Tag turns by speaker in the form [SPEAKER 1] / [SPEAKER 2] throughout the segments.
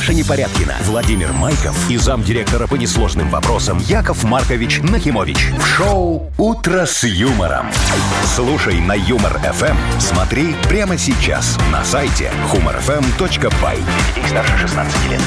[SPEAKER 1] Маша Непорядкина, Владимир Майков и замдиректора по несложным вопросам Яков Маркович Нахимович. В шоу «Утро с юмором». Слушай на Юмор-ФМ. Смотри прямо сейчас на сайте humorfm.by. Для детей старше 16 лет.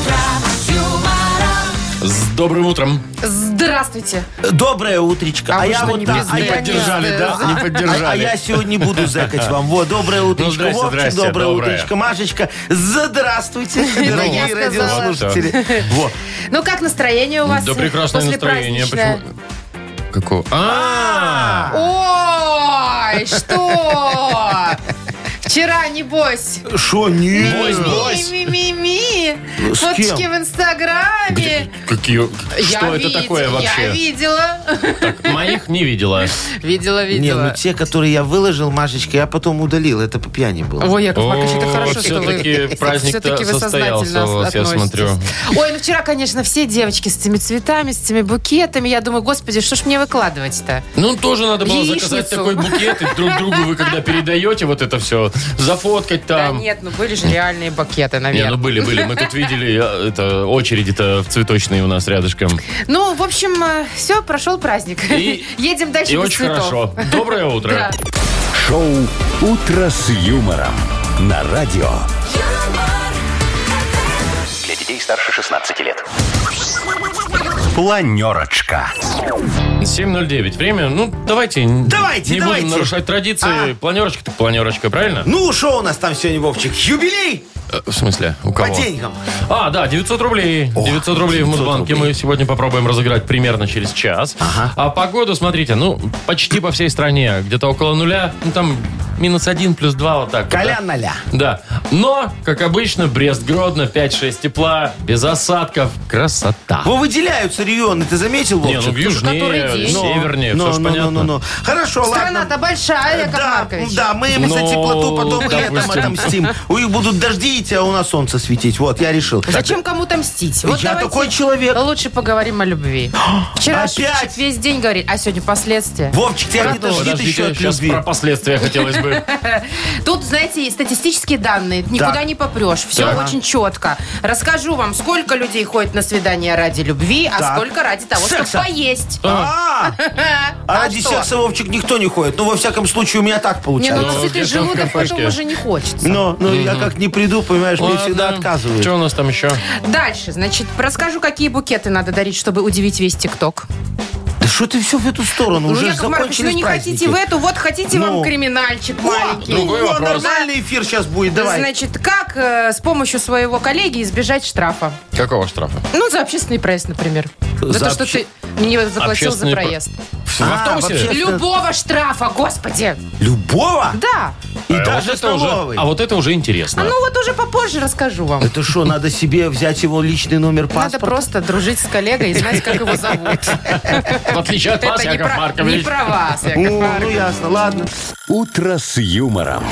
[SPEAKER 2] С добрым утром.
[SPEAKER 3] Здравствуйте.
[SPEAKER 4] Доброе утречко.
[SPEAKER 3] А вы
[SPEAKER 4] я
[SPEAKER 3] что,
[SPEAKER 4] вот
[SPEAKER 3] не
[SPEAKER 4] так.
[SPEAKER 3] без
[SPEAKER 2] Не поддержали, да? Не поддержали.
[SPEAKER 4] А я сегодня буду зэкать вам. Вот, доброе утречко,
[SPEAKER 2] здрасте,
[SPEAKER 4] Вовчик,
[SPEAKER 2] здрасте,
[SPEAKER 4] доброе
[SPEAKER 2] доброе.
[SPEAKER 4] утречко, Машечка. Здравствуйте, дорогие
[SPEAKER 3] я
[SPEAKER 4] радиослушатели. Вот.
[SPEAKER 3] Ну, как настроение у вас?
[SPEAKER 2] Да прекрасное настроение.
[SPEAKER 3] послепраздничное?
[SPEAKER 2] Почему? Какого?
[SPEAKER 3] Ой, что? Вчера, небось.
[SPEAKER 4] Шо, не?
[SPEAKER 3] Ми-ми-ми-ми.
[SPEAKER 4] С
[SPEAKER 3] Фоточки
[SPEAKER 4] кем?
[SPEAKER 3] в Инстаграме.
[SPEAKER 2] Какие? Что это такое
[SPEAKER 3] Я
[SPEAKER 2] вообще?
[SPEAKER 3] видела.
[SPEAKER 2] Так, моих не видела.
[SPEAKER 3] Видела.
[SPEAKER 4] Не, ну те, которые я выложил, Машечка, я потом удалил. Это по пьяни было.
[SPEAKER 3] Ой, Яков Маркович, это хорошо, что вы
[SPEAKER 2] все-таки праздник-то
[SPEAKER 3] все-таки вы
[SPEAKER 2] состоялся
[SPEAKER 3] сознательно
[SPEAKER 2] у вас, я
[SPEAKER 3] относитесь.
[SPEAKER 2] смотрю.
[SPEAKER 3] Ой, ну вчера, конечно, все девочки с этими цветами, с этими букетами. Я думаю, господи, что ж мне выкладывать-то?
[SPEAKER 2] Ну, тоже надо было
[SPEAKER 3] Яичницу.
[SPEAKER 2] заказать такой букет, и друг другу вы когда передаете вот это все, зафоткать
[SPEAKER 3] Да
[SPEAKER 2] там.
[SPEAKER 3] нет, ну были же реальные букеты,
[SPEAKER 2] Не,
[SPEAKER 3] наверное.
[SPEAKER 2] ну были. Мы тут видели это очереди-то в цветочные у нас рядышком.
[SPEAKER 3] Ну, в общем, все, прошел праздник.
[SPEAKER 2] И-
[SPEAKER 3] Едем дальше
[SPEAKER 2] И
[SPEAKER 3] без
[SPEAKER 2] очень
[SPEAKER 3] цветов.
[SPEAKER 2] хорошо. Доброе утро.
[SPEAKER 3] Да.
[SPEAKER 1] Шоу «Утро с юмором» на радио. Для детей старше 16 лет. Планерочка.
[SPEAKER 2] 7:09. Время, ну, давайте.
[SPEAKER 4] Давайте,
[SPEAKER 2] не
[SPEAKER 4] давайте.
[SPEAKER 2] будем нарушать традиции. Планерочка так планерочка, правильно?
[SPEAKER 4] Ну, что у нас там сегодня, Вовчик? Юбилей?
[SPEAKER 2] В смысле? У кого?
[SPEAKER 4] По деньгам.
[SPEAKER 2] Да, 900 рублей. 900 рублей в
[SPEAKER 4] 900
[SPEAKER 2] Мудбанке
[SPEAKER 4] рублей.
[SPEAKER 2] мы сегодня попробуем разыграть примерно через час. А погоду, смотрите, ну, почти по всей стране. Где-то около нуля. Ну, там -1, +2, вот так. вот,
[SPEAKER 4] Колян 0.
[SPEAKER 2] Да. Но, как обычно, Брест-Гродно, 5-6 тепла, без осадков. Красота.
[SPEAKER 4] Во, выделяются регионы, ты заметил,
[SPEAKER 2] Не,
[SPEAKER 4] Вовчик?
[SPEAKER 2] ну,
[SPEAKER 3] который
[SPEAKER 2] южнее,
[SPEAKER 3] день.
[SPEAKER 2] севернее, все ж понятно.
[SPEAKER 4] Ну. Хорошо, ладно.
[SPEAKER 3] Страна-то большая, Яков
[SPEAKER 4] Да,
[SPEAKER 3] Маркович.
[SPEAKER 4] да, мы им за
[SPEAKER 2] Ну,
[SPEAKER 4] теплоту потом летом
[SPEAKER 2] допустим.
[SPEAKER 4] отомстим. У них будут дожди, а у нас солнце светить. Вот, я решил.
[SPEAKER 3] Зачем кому-то мстить? Вот
[SPEAKER 4] Я
[SPEAKER 3] давайте
[SPEAKER 4] такой человек.
[SPEAKER 3] лучше поговорим о любви. Вчера
[SPEAKER 4] Опять?
[SPEAKER 3] Шурчик весь день говорит, а сегодня последствия.
[SPEAKER 4] Вовчик, тебя не тошнит еще
[SPEAKER 2] Подождите,
[SPEAKER 4] от
[SPEAKER 2] сейчас
[SPEAKER 4] любви.
[SPEAKER 2] про последствия хотелось бы.
[SPEAKER 3] Тут, знаете, статистические данные. Никуда
[SPEAKER 4] Так.
[SPEAKER 3] не попрешь. Все
[SPEAKER 2] Так.
[SPEAKER 3] очень четко. Расскажу вам, сколько людей ходит на свидание ради любви, а
[SPEAKER 4] Так.
[SPEAKER 3] сколько ради того, чтобы
[SPEAKER 4] Секса.
[SPEAKER 3] поесть.
[SPEAKER 4] А ради
[SPEAKER 3] что?
[SPEAKER 4] секса, Вовчик, никто не ходит. Ну, во всяком случае, у меня так
[SPEAKER 3] Не, ну
[SPEAKER 4] получается.
[SPEAKER 3] насытый
[SPEAKER 2] где-то в
[SPEAKER 3] желудок
[SPEAKER 2] кафешке.
[SPEAKER 3] потом уже не хочется.
[SPEAKER 4] Но я как не приду, понимаешь, мне всегда отказывают.
[SPEAKER 2] Что у нас там еще?
[SPEAKER 3] Дальше, значит, расскажу, какие букеты надо дарить, чтобы удивить весь ТикТок.
[SPEAKER 4] Да что ты все в эту сторону?
[SPEAKER 3] Ну,
[SPEAKER 4] Уже
[SPEAKER 3] Яков Маркович,
[SPEAKER 4] закончились
[SPEAKER 3] не
[SPEAKER 4] праздники.
[SPEAKER 3] хотите в эту, вот хотите
[SPEAKER 4] Ну.
[SPEAKER 3] вам криминальчик маленький.
[SPEAKER 2] другой вопрос.
[SPEAKER 4] Нормальный эфир сейчас будет, давай.
[SPEAKER 3] Значит, как с помощью своего коллеги избежать штрафа?
[SPEAKER 2] Какого штрафа?
[SPEAKER 3] Ну, за общественный проезд, например. За
[SPEAKER 4] За
[SPEAKER 3] то, что ты не заплатил за
[SPEAKER 2] Общественный
[SPEAKER 3] проезд.
[SPEAKER 2] В автобусе?
[SPEAKER 4] вообще-
[SPEAKER 3] Любого штрафа, господи!
[SPEAKER 4] Любого?
[SPEAKER 3] Да.
[SPEAKER 4] И
[SPEAKER 2] А
[SPEAKER 4] даже
[SPEAKER 2] вот это уже,
[SPEAKER 4] столовый.
[SPEAKER 2] а вот это уже интересно.
[SPEAKER 3] А ну вот уже попозже расскажу вам.
[SPEAKER 4] Это что, надо себе взять его личный номер
[SPEAKER 3] Надо
[SPEAKER 4] паспорта?
[SPEAKER 3] просто дружить с коллегой и знать, как его зовут.
[SPEAKER 2] В отличие от вас,
[SPEAKER 3] Это не
[SPEAKER 2] Яков
[SPEAKER 3] про- не
[SPEAKER 2] Маркович.
[SPEAKER 3] про вас, Яков
[SPEAKER 4] Ну,
[SPEAKER 3] Маркович.
[SPEAKER 4] ясно, ладно.
[SPEAKER 1] «Утро с юмором».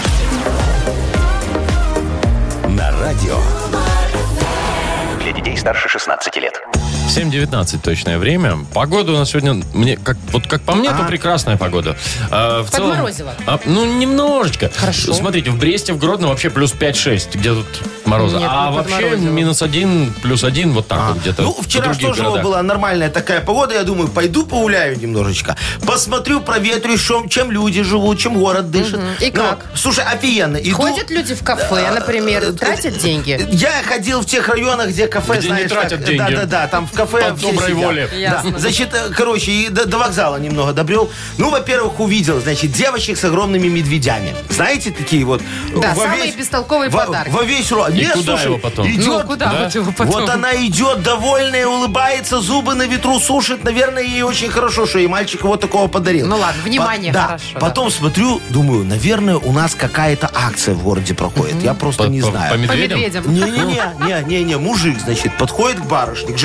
[SPEAKER 1] На радио. Для детей старше 16 лет.
[SPEAKER 2] 7:19 точное время. Погода у нас сегодня, как по мне, то прекрасная погода. В целом,
[SPEAKER 3] Подморозило?
[SPEAKER 2] ну, немножечко.
[SPEAKER 3] Хорошо.
[SPEAKER 2] Смотрите, в Бресте, в Гродно вообще плюс 5-6. Где тут мороза?
[SPEAKER 3] Нет,
[SPEAKER 2] А
[SPEAKER 3] не
[SPEAKER 2] вообще
[SPEAKER 3] подморозило.
[SPEAKER 2] -1, +1, вот так вот где-то.
[SPEAKER 4] Ну,
[SPEAKER 2] в
[SPEAKER 4] вчера
[SPEAKER 2] других
[SPEAKER 4] тоже
[SPEAKER 2] городах.
[SPEAKER 4] была нормальная такая погода. Я думаю, пойду погуляю немножечко. Посмотрю, проветрю, чем люди живут, чем город дышит.
[SPEAKER 3] И
[SPEAKER 4] Ну,
[SPEAKER 3] как?
[SPEAKER 4] Слушай, офигенно. Иду-
[SPEAKER 3] Ходят люди в кафе, например, тратят деньги?
[SPEAKER 4] Я ходил в тех районах, где кафе,
[SPEAKER 2] Где не
[SPEAKER 4] знаешь,
[SPEAKER 2] тратят
[SPEAKER 4] так,
[SPEAKER 2] деньги.
[SPEAKER 4] Да, там в кафе
[SPEAKER 2] По
[SPEAKER 4] все
[SPEAKER 2] доброй
[SPEAKER 4] сидят.
[SPEAKER 2] воле.
[SPEAKER 3] Ясно.
[SPEAKER 4] Да. Значит, короче, и до вокзала немного добрел. Ну, во-первых, увидел, значит, девочек с огромными медведями. Знаете, такие вот.
[SPEAKER 3] Да,
[SPEAKER 4] во
[SPEAKER 3] самые бестолковые подарки.
[SPEAKER 4] Во весь рост.
[SPEAKER 2] И
[SPEAKER 4] Нет,
[SPEAKER 2] куда
[SPEAKER 4] слушай,
[SPEAKER 2] его потом?
[SPEAKER 4] идет,
[SPEAKER 3] Ну, куда
[SPEAKER 2] да?
[SPEAKER 3] вот его потом?
[SPEAKER 4] вот она идет, довольная, улыбается, зубы на ветру сушит. Наверное, ей очень хорошо, что ей мальчик вот такого подарил.
[SPEAKER 3] Ну ладно, внимание,
[SPEAKER 4] Да.
[SPEAKER 3] хорошо, да.
[SPEAKER 4] Потом смотрю, думаю, наверное, у нас какая-то акция в городе проходит. Я просто не знаю.
[SPEAKER 2] По
[SPEAKER 3] По
[SPEAKER 2] медведям?
[SPEAKER 3] медведям.
[SPEAKER 4] Не-не-не, мужик, значит, подходит к барышне, к женщине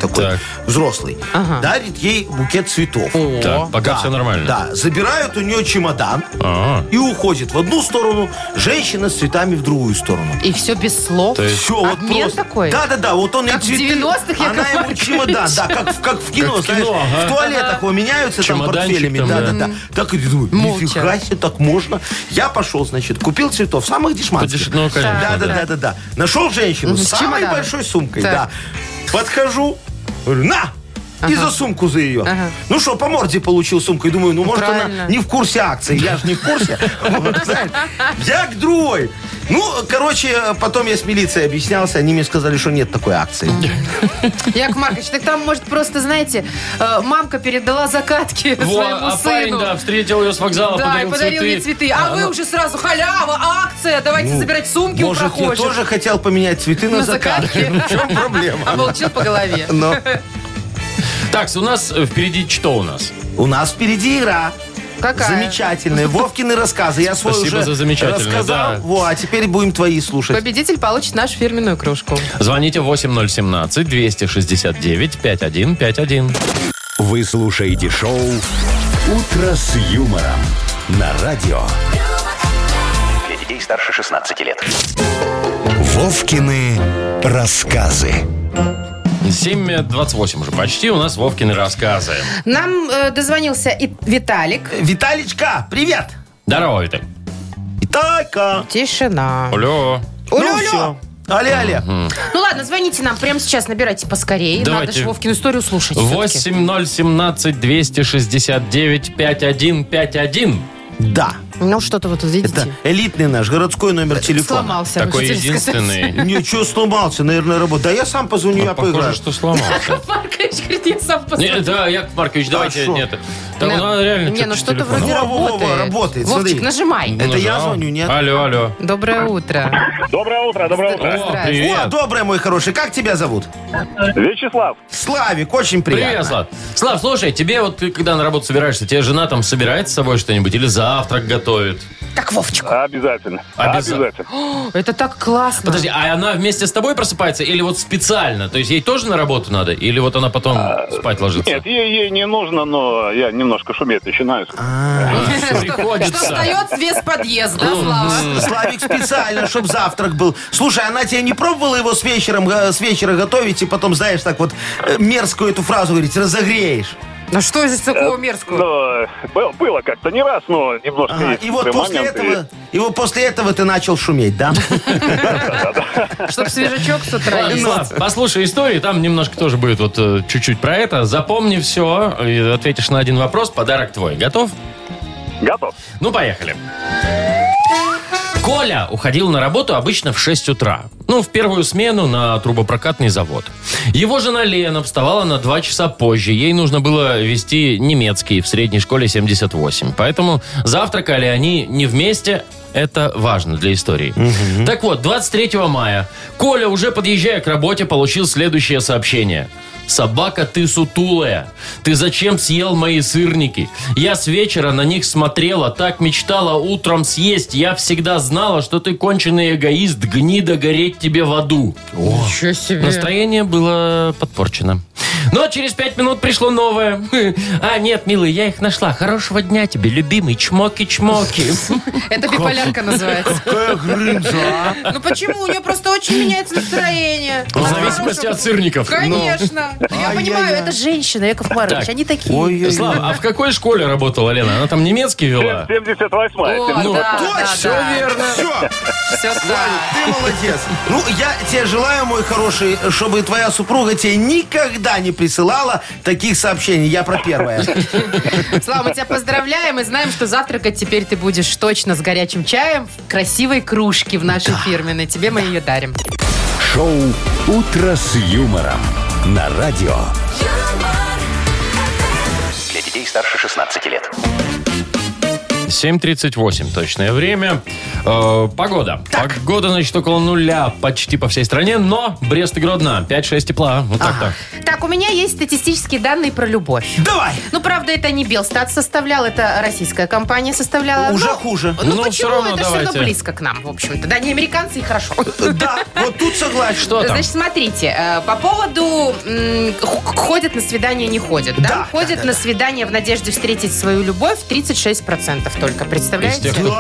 [SPEAKER 4] такой,
[SPEAKER 2] Так.
[SPEAKER 4] взрослый, дарит ей букет цветов.
[SPEAKER 2] Так, пока все нормально.
[SPEAKER 4] Да, забирают у нее чемодан
[SPEAKER 2] А,
[SPEAKER 4] и уходит в одну сторону, женщина с цветами в другую сторону.
[SPEAKER 3] И все без слов.
[SPEAKER 2] То есть-
[SPEAKER 4] Все, вот
[SPEAKER 3] Обмен
[SPEAKER 4] просто.
[SPEAKER 3] такой?
[SPEAKER 4] Да, вот он
[SPEAKER 3] Как
[SPEAKER 4] и
[SPEAKER 3] в
[SPEAKER 4] цветы,
[SPEAKER 3] 90-х,
[SPEAKER 4] она
[SPEAKER 3] Яков
[SPEAKER 4] ему
[SPEAKER 3] Маркович.
[SPEAKER 4] чемодан, да, как в кино,
[SPEAKER 2] Как в кино,
[SPEAKER 4] знаешь,
[SPEAKER 2] ага.
[SPEAKER 4] в туалетах меняются там
[SPEAKER 2] Чемоданчик
[SPEAKER 4] портфелями,
[SPEAKER 2] там, да.
[SPEAKER 4] да. Так и думаю,
[SPEAKER 3] Молча.
[SPEAKER 4] нифига себе, так можно. Я пошел, значит, купил цветов, самых дешманских.
[SPEAKER 2] Ну, конечно.
[SPEAKER 4] Да. Нашел женщину с
[SPEAKER 3] С
[SPEAKER 4] самой
[SPEAKER 3] чемоданом.
[SPEAKER 4] большой сумкой,
[SPEAKER 3] Так.
[SPEAKER 4] да. Подхожу, говорю, на! И за сумку за ее.
[SPEAKER 3] Ага.
[SPEAKER 4] Ну что, по морде получил сумку. И думаю, ну, может,
[SPEAKER 3] правильно.
[SPEAKER 4] она не в курсе акций. Я же не в курсе. Вот, знаешь. Я к другой. Ну, короче, потом я с милицией объяснялся. Они мне сказали, что нет такой акции.
[SPEAKER 3] Яков Маркович, так там, может, просто, знаете, мамка передала закатки
[SPEAKER 2] Во,
[SPEAKER 3] своему
[SPEAKER 2] а парень,
[SPEAKER 3] сыну.
[SPEAKER 2] да, встретил ее с вокзала,
[SPEAKER 3] Да, и подарил ей цветы. А вы уже сразу халява, акция, давайте забирать сумки у
[SPEAKER 4] Может, я
[SPEAKER 3] прохожих.
[SPEAKER 4] тоже хотел поменять цветы на
[SPEAKER 3] На
[SPEAKER 4] закатки.
[SPEAKER 3] закатки.
[SPEAKER 4] В чем проблема?
[SPEAKER 3] А получил по голове.
[SPEAKER 4] Но
[SPEAKER 2] Так, у нас впереди что у нас?
[SPEAKER 4] у нас впереди игра.
[SPEAKER 3] Какая?
[SPEAKER 4] Замечательные. Вовкины рассказы. Я свой
[SPEAKER 2] Спасибо
[SPEAKER 4] уже
[SPEAKER 2] за замечательные,
[SPEAKER 4] рассказал.
[SPEAKER 2] да.
[SPEAKER 4] Во, а теперь будем твои слушать.
[SPEAKER 3] Победитель получит нашу фирменную кружку.
[SPEAKER 2] Звоните 8017-269-5151.
[SPEAKER 1] Вы слушаете шоу «Утро с юмором» на радио. Для детей старше 16 лет. Вовкины рассказы.
[SPEAKER 2] 7:28 уже почти, у нас Вовкины рассказы.
[SPEAKER 3] Нам дозвонился и Виталик.
[SPEAKER 4] Виталичка, привет!
[SPEAKER 2] Здорово, Виталь.
[SPEAKER 4] Виталька.
[SPEAKER 3] Тишина.
[SPEAKER 2] Алло.
[SPEAKER 3] Алло.
[SPEAKER 4] все. Але.
[SPEAKER 3] Ну ладно, звоните нам прямо сейчас, набирайте поскорее.
[SPEAKER 2] Давайте.
[SPEAKER 3] Надо же Вовкину историю слушать. все-таки.
[SPEAKER 2] 8017-269-5151.
[SPEAKER 4] Да.
[SPEAKER 3] Ну что-то вот видите.
[SPEAKER 4] Это элитный наш городской номер телефона.
[SPEAKER 3] Сломался.
[SPEAKER 2] Такой
[SPEAKER 3] вы хотели сказать.
[SPEAKER 2] единственный.
[SPEAKER 4] Ничего, сломался, наверное, работа. Да я сам позвоню, я
[SPEAKER 2] Похоже,
[SPEAKER 4] поиграю.
[SPEAKER 2] что сломался.
[SPEAKER 3] Маркович говорит, я сам посмотрю.
[SPEAKER 2] Не, да, Яков Маркович, давайте,
[SPEAKER 4] шо?
[SPEAKER 2] нет. Так, ну, реально,
[SPEAKER 3] Не, ну что-то
[SPEAKER 2] телефон.
[SPEAKER 3] вроде
[SPEAKER 4] Во,
[SPEAKER 3] работает.
[SPEAKER 4] работает,
[SPEAKER 3] Вовчик,
[SPEAKER 4] смотри.
[SPEAKER 3] нажимай.
[SPEAKER 4] Это я
[SPEAKER 2] Нажал.
[SPEAKER 4] звоню, нет?
[SPEAKER 2] Алло.
[SPEAKER 3] Доброе утро.
[SPEAKER 5] Доброе утро.
[SPEAKER 2] О,
[SPEAKER 3] Здравствуйте.
[SPEAKER 4] О,
[SPEAKER 2] привет.
[SPEAKER 4] доброе, мой хороший. Как тебя зовут?
[SPEAKER 5] Вячеслав.
[SPEAKER 4] Славик, очень приятно.
[SPEAKER 2] Привет, Слав. Слав, слушай, тебе вот ты когда на работу собираешься, тебе жена там собирает с собой что-нибудь или завтрак готовит?
[SPEAKER 3] Как Вовчику.
[SPEAKER 5] Обязательно.
[SPEAKER 2] Обязательно.
[SPEAKER 3] Это так классно.
[SPEAKER 2] Подожди, а она вместе с тобой просыпается или вот специально? То есть ей тоже на работу надо? Или вот она потом спать ложится?
[SPEAKER 5] Нет, ей не нужно, но я немножко шуметь начинаю.
[SPEAKER 3] Что
[SPEAKER 2] Приходится.
[SPEAKER 3] встает весь подъезд, да, Слава?
[SPEAKER 4] Славик специально, чтобы завтрак был. Слушай, она тебе не пробовала его с вечера готовить и потом, знаешь, так вот мерзкую эту фразу говорить, разогреешь?
[SPEAKER 3] Ну что здесь такого мерзкого?
[SPEAKER 5] Но было как-то не раз, но немножко
[SPEAKER 4] Ага,
[SPEAKER 5] есть
[SPEAKER 4] и вот
[SPEAKER 5] моменты.
[SPEAKER 4] после этого ты начал шуметь, да?
[SPEAKER 3] Чтоб свежачок с утра
[SPEAKER 2] Ладно,
[SPEAKER 3] есть.
[SPEAKER 2] Слав, послушай истории, там немножко тоже будет вот чуть-чуть про это. Запомни все, и ответишь на один вопрос, подарок твой. Готов?
[SPEAKER 5] Готов.
[SPEAKER 2] Ну, поехали. Коля уходил на работу обычно в 6 утра. Ну, в первую смену на трубопрокатный завод. Его жена Лена вставала на 2 часа позже. Ей нужно было вести немецкий в средней школе 78. Поэтому завтракали они не вместе. Это важно для истории. Так вот, 23 мая Коля, уже подъезжая к работе, получил следующее сообщение. «Собака, ты сутулая. Ты зачем съел мои сырники? Я с вечера на них смотрела, так мечтала утром съесть. Я всегда знала, что ты конченый эгоист, гнида, гореть тебе в аду».
[SPEAKER 3] Ничего себе.
[SPEAKER 2] Настроение было подпорчено. Но через 5 минут пришло новое. А, нет, милый, я их нашла. Хорошего дня тебе, любимый. Чмоки-чмоки.
[SPEAKER 3] Это биполярка называется.
[SPEAKER 4] Какая грымза, а?
[SPEAKER 3] Ну почему? У нее просто очень меняется настроение.
[SPEAKER 2] В зависимости от сырников.
[SPEAKER 3] Конечно. Я понимаю, это женщина, Яков Маркович.
[SPEAKER 2] Так.
[SPEAKER 3] Они такие.
[SPEAKER 4] Ой-ой-ой.
[SPEAKER 2] Слава, а в какой школе работала Лена? Она там немецкий вела?
[SPEAKER 5] 78-я.
[SPEAKER 3] О,
[SPEAKER 2] Ну,
[SPEAKER 3] да,
[SPEAKER 4] Точно,
[SPEAKER 3] да, да.
[SPEAKER 4] верно. Все,
[SPEAKER 3] Все так.
[SPEAKER 4] ты молодец. Ну, я тебе желаю, мой хороший, чтобы твоя супруга тебе никогда не присылала таких сообщений. Я про первое.
[SPEAKER 3] Слава, мы тебя поздравляем и знаем, что завтракать теперь ты будешь точно с горячим чаем в красивой кружке в нашей фирменной. Тебе мы ее дарим.
[SPEAKER 1] Шоу «Утро с юмором» на радио. Для детей старше 16 лет.
[SPEAKER 2] 7:38 точное время. Погода. Погода, значит, около нуля почти по всей стране, но Брест и Гродно 5-6 тепла. Вот так-то.
[SPEAKER 3] Так, Так, у меня есть статистические данные про любовь.
[SPEAKER 4] Давай.
[SPEAKER 3] Ну, правда, это не Белстат составлял, это российская компания составляла.
[SPEAKER 4] Уже
[SPEAKER 3] Но-
[SPEAKER 4] хуже.
[SPEAKER 3] Ну,
[SPEAKER 2] Ну,
[SPEAKER 3] почему?
[SPEAKER 2] всё равно
[SPEAKER 3] Это все равно
[SPEAKER 2] давайте.
[SPEAKER 3] близко к нам, в общем-то. Да, не американцы, и хорошо.
[SPEAKER 4] Да, вот тут согласен.
[SPEAKER 2] Что там?
[SPEAKER 3] Значит, смотрите, по поводу ходят на свидание, не ходят, да?
[SPEAKER 4] Да,
[SPEAKER 3] Ходят на свидание в надежде встретить свою любовь 36% только,
[SPEAKER 2] Из
[SPEAKER 3] представляете?
[SPEAKER 2] тех, кто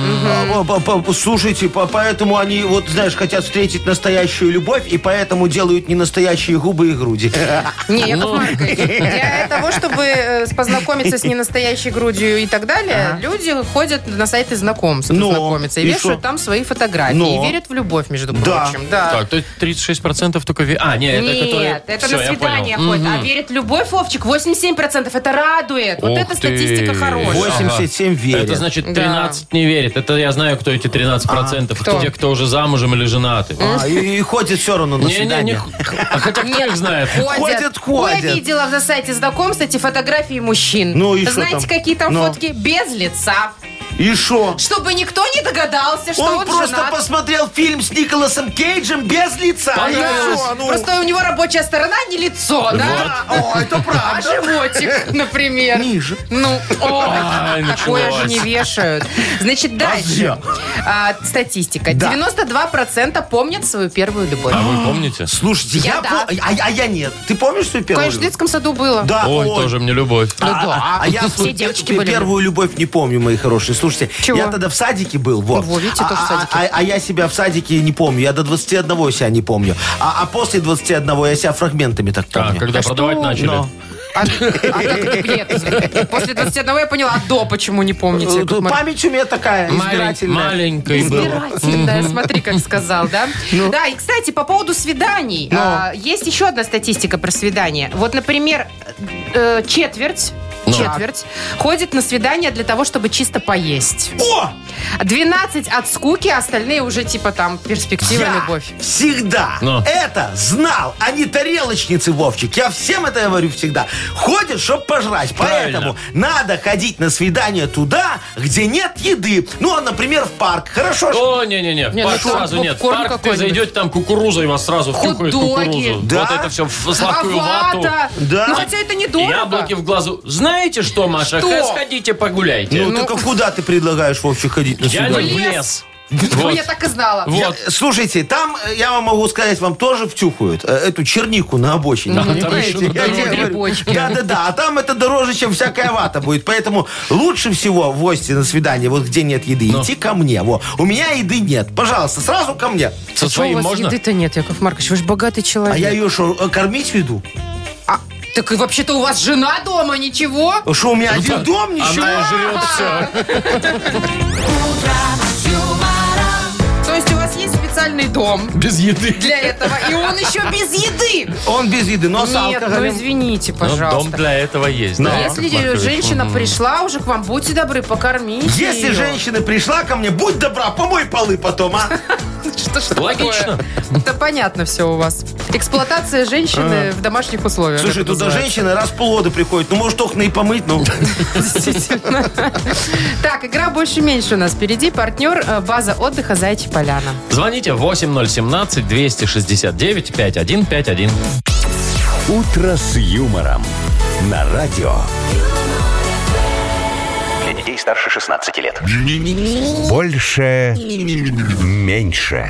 [SPEAKER 2] ходит.
[SPEAKER 4] Слушайте, поэтому они, вот знаешь, хотят встретить настоящую любовь, и поэтому делают ненастоящие губы и груди.
[SPEAKER 3] Не, Яков
[SPEAKER 2] Ну.
[SPEAKER 3] Маркович, для того, чтобы познакомиться с ненастоящей грудью и так далее, люди ходят на сайты знакомств,
[SPEAKER 4] Ну,
[SPEAKER 3] знакомиться, и
[SPEAKER 4] и
[SPEAKER 3] вешают
[SPEAKER 4] шо?
[SPEAKER 3] там свои фотографии,
[SPEAKER 4] Ну.
[SPEAKER 3] и верят в любовь, между
[SPEAKER 4] Да.
[SPEAKER 3] прочим. Да.
[SPEAKER 2] Так, то есть 36% только... нет,
[SPEAKER 3] Нет,
[SPEAKER 2] это которые...
[SPEAKER 3] это
[SPEAKER 2] Всё,
[SPEAKER 3] на
[SPEAKER 2] я
[SPEAKER 3] свидание
[SPEAKER 2] понял.
[SPEAKER 3] ходит. А верит в любовь, Вовчик, 87%. Это радует. Вот
[SPEAKER 2] Ух
[SPEAKER 3] это
[SPEAKER 2] ты.
[SPEAKER 3] статистика хорошая.
[SPEAKER 4] 87 верят.
[SPEAKER 2] Это значит
[SPEAKER 3] Да.
[SPEAKER 2] 13 не верит. Это я знаю, кто эти 13%.
[SPEAKER 3] Кто?
[SPEAKER 2] Те, кто уже замужем или женаты.
[SPEAKER 4] И ходят все равно на свидание.
[SPEAKER 2] А хотя кто их знает?
[SPEAKER 4] Ходят.
[SPEAKER 3] Я видела на сайте знакомств эти фотографии мужчин.
[SPEAKER 4] Ну и шо
[SPEAKER 3] Знаете,
[SPEAKER 4] там?
[SPEAKER 3] какие там
[SPEAKER 4] Ну.
[SPEAKER 3] фотки? Без лица.
[SPEAKER 4] И шо?
[SPEAKER 3] Чтобы никто не догадался, что
[SPEAKER 4] Он
[SPEAKER 3] он
[SPEAKER 4] просто
[SPEAKER 3] женат.
[SPEAKER 4] посмотрел фильм с Николасом Кейджем без лица. И
[SPEAKER 2] Понравилось.
[SPEAKER 4] всё, ну.
[SPEAKER 3] Просто у него рабочая сторона не лицо, да?
[SPEAKER 4] О, это
[SPEAKER 3] А
[SPEAKER 4] правда.
[SPEAKER 3] животик, например.
[SPEAKER 4] Ниже.
[SPEAKER 3] Ну,
[SPEAKER 2] Ай,
[SPEAKER 3] такое же
[SPEAKER 2] началось.
[SPEAKER 3] не вешают. Значит, дальше. Статистика.
[SPEAKER 4] Да.
[SPEAKER 3] 92% помнят свою первую любовь.
[SPEAKER 2] А вы помните?
[SPEAKER 4] Слушайте,
[SPEAKER 3] Я да.
[SPEAKER 4] а я нет. Ты помнишь свою первую
[SPEAKER 3] Конечно, в
[SPEAKER 4] любовь?
[SPEAKER 3] детском саду было.
[SPEAKER 4] Да,
[SPEAKER 2] Ой, тоже мне любовь.
[SPEAKER 3] Ну да.
[SPEAKER 4] А я
[SPEAKER 3] Все
[SPEAKER 4] свою
[SPEAKER 3] девочки были.
[SPEAKER 4] первую любовь не помню, мои хорошие. Слушайте,
[SPEAKER 3] Чего?
[SPEAKER 4] я тогда в садике был. Вот.
[SPEAKER 3] Во, видите, тоже в садике.
[SPEAKER 4] А я себя в садике не помню. Я до 21 себя не помню. А после 21 я себя фрагментами так
[SPEAKER 2] А,
[SPEAKER 4] помню.
[SPEAKER 2] когда продавать начали?
[SPEAKER 4] Но.
[SPEAKER 3] А как это билет? После 21 я поняла, а до почему не помните? Яков Маркович?
[SPEAKER 4] Память у меня такая избирательная.
[SPEAKER 2] Маленькой был.
[SPEAKER 3] Избирательная, смотри, как сказал, да? Да, и, кстати, по поводу свиданий. Есть еще одна статистика про свидания. Вот, например, четверть ходит на свидание для того, чтобы чисто поесть.
[SPEAKER 4] О!
[SPEAKER 3] 12 от скуки, а остальные уже типа там перспектива,
[SPEAKER 4] Я
[SPEAKER 3] любовь.
[SPEAKER 4] всегда
[SPEAKER 2] Но.
[SPEAKER 4] это знал. Они тарелочницы, Вовчик. Я всем это говорю всегда. Ходят, чтоб пожрать.
[SPEAKER 2] Правильно.
[SPEAKER 4] Поэтому надо ходить на свидание туда, где нет еды. Ну, например, в парк. Хорошо ж?
[SPEAKER 2] О, не-не-не,
[SPEAKER 3] Не,
[SPEAKER 2] в парк
[SPEAKER 3] ну что,
[SPEAKER 2] сразу нет. В
[SPEAKER 3] попкорн
[SPEAKER 2] парк ты
[SPEAKER 3] какой-нибудь.
[SPEAKER 2] зайдете, там кукуруза, и вас сразу втюхают
[SPEAKER 3] Хот-доги.
[SPEAKER 2] кукурузу.
[SPEAKER 4] Да?
[SPEAKER 2] Вот это все в
[SPEAKER 3] А
[SPEAKER 2] сладкую вату.
[SPEAKER 3] вата?
[SPEAKER 4] Да.
[SPEAKER 3] Ну, хотя это недорого.
[SPEAKER 2] Яблоки в глазу. Знаете что, Маша?
[SPEAKER 3] Что?
[SPEAKER 2] Сходите погуляйте.
[SPEAKER 4] Ну, так а куда ты предлагаешь, Вовчик, ходить на
[SPEAKER 2] Я
[SPEAKER 4] свидание?
[SPEAKER 2] не в
[SPEAKER 3] лес.
[SPEAKER 2] лес.
[SPEAKER 3] Ну,
[SPEAKER 2] Вот.
[SPEAKER 3] я так и знала.
[SPEAKER 2] Вот.
[SPEAKER 4] Слушайте, там, я вам могу сказать, вам тоже втюхают эту чернику на обочине.
[SPEAKER 2] там
[SPEAKER 4] Понимаете?
[SPEAKER 2] еще на
[SPEAKER 4] Я тебе
[SPEAKER 2] дороге.
[SPEAKER 4] говорю.
[SPEAKER 3] Грибочки.
[SPEAKER 4] Да. А там это дороже, чем всякая вата будет. Поэтому лучше всего в гости на свидание, вот где нет еды, идти ко мне. Во. У меня еды нет. Пожалуйста, сразу ко мне.
[SPEAKER 2] Со
[SPEAKER 3] Что у
[SPEAKER 2] своим
[SPEAKER 3] вас
[SPEAKER 2] можно?
[SPEAKER 3] еды-то нет, Яков Маркович? Вы же богатый человек.
[SPEAKER 4] А я ее что, кормить веду?
[SPEAKER 3] Так и вообще-то у вас жена дома, ничего?
[SPEAKER 4] Что, у меня один дом, ничего?
[SPEAKER 2] Она и жрет все.
[SPEAKER 3] То есть у вас есть специальный дом
[SPEAKER 2] Без еды.
[SPEAKER 3] для этого, и он еще без еды.
[SPEAKER 4] Он без еды, но с
[SPEAKER 3] Нет, ну
[SPEAKER 4] алкоголем.
[SPEAKER 3] извините,
[SPEAKER 2] Ну, дом
[SPEAKER 3] пожалуйста.
[SPEAKER 2] для этого есть. да,
[SPEAKER 3] Если
[SPEAKER 2] Яков Маркович?
[SPEAKER 3] женщина пришла уже к вам, будьте добры, покормите
[SPEAKER 4] Если
[SPEAKER 3] ее.
[SPEAKER 4] женщина пришла ко мне, будь добра, помой полы потом, а?
[SPEAKER 3] Что ж такое?
[SPEAKER 2] Логично.
[SPEAKER 3] Это понятно все у вас. Эксплуатация женщины в домашних условиях.
[SPEAKER 4] Слушай,
[SPEAKER 3] это
[SPEAKER 4] туда
[SPEAKER 3] называется.
[SPEAKER 4] женщина раз в полгода приходит. Ну, может, окна и помыть, ну.
[SPEAKER 3] Действительно. Так, игра больше-меньше у нас впереди. Партнер база отдыха «Заячья поляна».
[SPEAKER 2] Звоните 8017-269-5151.
[SPEAKER 1] «Утро с юмором» на радио. Для детей старше 16 лет. Больше. Меньше.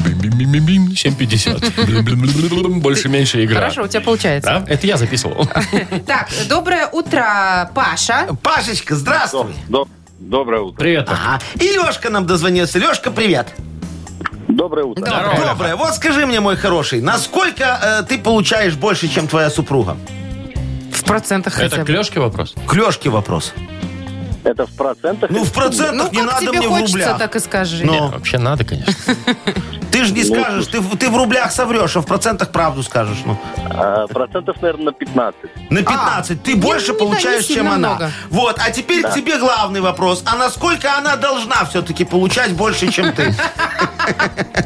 [SPEAKER 2] 7:50. Больше-меньше игра.
[SPEAKER 3] Хорошо, у тебя получается.
[SPEAKER 2] Да? Это я записывал.
[SPEAKER 3] Так, доброе утро, Паша.
[SPEAKER 4] Пашечка, здравствуй.
[SPEAKER 5] Доброе утро.
[SPEAKER 2] Привет.
[SPEAKER 4] Ага. И Лешка нам дозвонился. Лешка, привет.
[SPEAKER 5] Доброе утро.
[SPEAKER 2] Здорово.
[SPEAKER 4] Доброе. Вот скажи мне, мой хороший, насколько ты получаешь больше, чем твоя супруга?
[SPEAKER 3] В процентах хотя
[SPEAKER 2] Это
[SPEAKER 3] бы.
[SPEAKER 2] к Лешке вопрос?
[SPEAKER 4] К Лешке вопрос.
[SPEAKER 5] Это в процентах?
[SPEAKER 4] Ну, в процентах
[SPEAKER 3] Ну,
[SPEAKER 4] не
[SPEAKER 3] как
[SPEAKER 4] надо
[SPEAKER 3] тебе
[SPEAKER 4] мне в
[SPEAKER 3] хочется,
[SPEAKER 4] рублях.
[SPEAKER 3] так и скажи.
[SPEAKER 4] Ну.
[SPEAKER 2] Вообще надо, конечно.
[SPEAKER 4] Ты же не скажешь, ты в рублях соврешь, а в процентах правду скажешь. Ну.
[SPEAKER 5] Процентов, наверное, на 15.
[SPEAKER 4] На 15. Ты больше
[SPEAKER 3] не
[SPEAKER 4] получаешь,
[SPEAKER 3] сильно
[SPEAKER 4] чем она.
[SPEAKER 3] много.
[SPEAKER 4] Вот, а теперь к тебе главный вопрос. А насколько она должна все-таки получать больше, чем ты?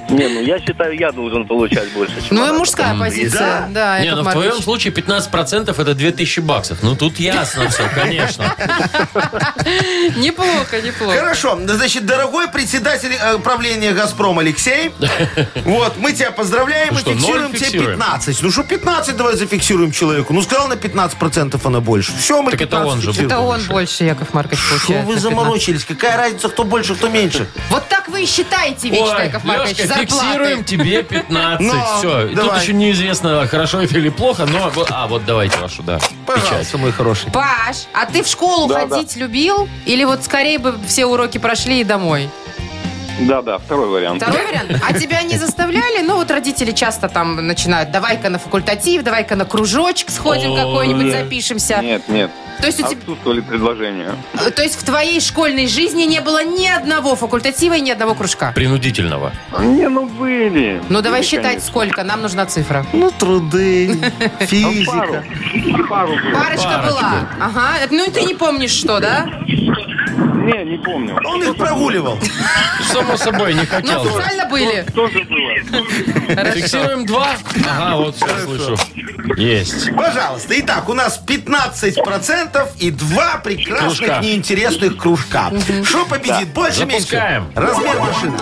[SPEAKER 6] Не, ну я считаю, я должен получать больше, чем
[SPEAKER 3] Ну и
[SPEAKER 6] она.
[SPEAKER 3] мужская позиция. Да,
[SPEAKER 2] Не,
[SPEAKER 3] Яков
[SPEAKER 2] ну в
[SPEAKER 3] Маркович.
[SPEAKER 2] твоем случае 15% это 2000 баксов. Ну тут ясно все, конечно.
[SPEAKER 3] Неплохо, неплохо.
[SPEAKER 4] Хорошо, значит, дорогой председатель правления «Газпром» Алексей, вот, мы тебя поздравляем
[SPEAKER 2] Ну
[SPEAKER 4] и
[SPEAKER 2] что,
[SPEAKER 4] фиксируем
[SPEAKER 2] ноль
[SPEAKER 4] тебе
[SPEAKER 2] фиксируем?
[SPEAKER 4] 15. Ну что, 15 давай зафиксируем человеку. Ну, сказал, на 15% она больше. Все, мы
[SPEAKER 2] Так это
[SPEAKER 4] 15
[SPEAKER 2] он же
[SPEAKER 4] фиксируем.
[SPEAKER 3] Это он больше, Яков Маркович,
[SPEAKER 4] Что
[SPEAKER 3] получает.
[SPEAKER 4] вы
[SPEAKER 3] на 15.
[SPEAKER 4] заморочились? Какая разница, кто больше, кто меньше?
[SPEAKER 3] Вот так вы и считаете вечно,
[SPEAKER 2] Ой,
[SPEAKER 3] Яков Маркович,
[SPEAKER 2] Лешка,
[SPEAKER 3] зарплаты.
[SPEAKER 2] фиксируем тебе 15.
[SPEAKER 4] Ну,
[SPEAKER 2] Все. Тут
[SPEAKER 4] давай.
[SPEAKER 2] еще неизвестно, хорошо или плохо, но... Вот давайте вашу, да, печать.
[SPEAKER 4] Пожалуйста, мой хороший.
[SPEAKER 3] Паш, а ты в школу ходить любил? Или вот скорее бы все уроки прошли и домой?
[SPEAKER 5] Да, второй вариант.
[SPEAKER 3] Второй вариант. А тебя не заставляли? Ну, вот родители часто там начинают, давай-ка на факультатив, давай-ка на кружочек сходим
[SPEAKER 2] Ой.
[SPEAKER 3] какой-нибудь, запишемся.
[SPEAKER 5] Нет,
[SPEAKER 3] То есть, у тебя,
[SPEAKER 5] отсутствовали предложения.
[SPEAKER 3] то есть в твоей школьной жизни не было ни одного факультатива и ни одного кружка?
[SPEAKER 2] Принудительного.
[SPEAKER 5] Не, ну были.
[SPEAKER 3] Ну, давай
[SPEAKER 5] Были,
[SPEAKER 3] считать,
[SPEAKER 5] конечно.
[SPEAKER 3] сколько. Нам нужна цифра.
[SPEAKER 4] Ну, труды, физика.
[SPEAKER 5] Пару было.
[SPEAKER 3] Парочка была. Ага. Ну, и ты не помнишь, что, да?
[SPEAKER 5] Не помню.
[SPEAKER 4] Он их прогуливал.
[SPEAKER 2] Само собой, не
[SPEAKER 3] Ну,
[SPEAKER 2] хотел.
[SPEAKER 3] официально были.
[SPEAKER 5] Тоже было.
[SPEAKER 2] Фиксируем 2. Ага, вот все слышу. Есть.
[SPEAKER 4] Пожалуйста. Итак, у нас 15% и 2 прекрасных
[SPEAKER 2] Кружка.
[SPEAKER 4] неинтересных кружка. Что победит? Больше, меньше?
[SPEAKER 2] Запускаем.
[SPEAKER 4] Размер машины.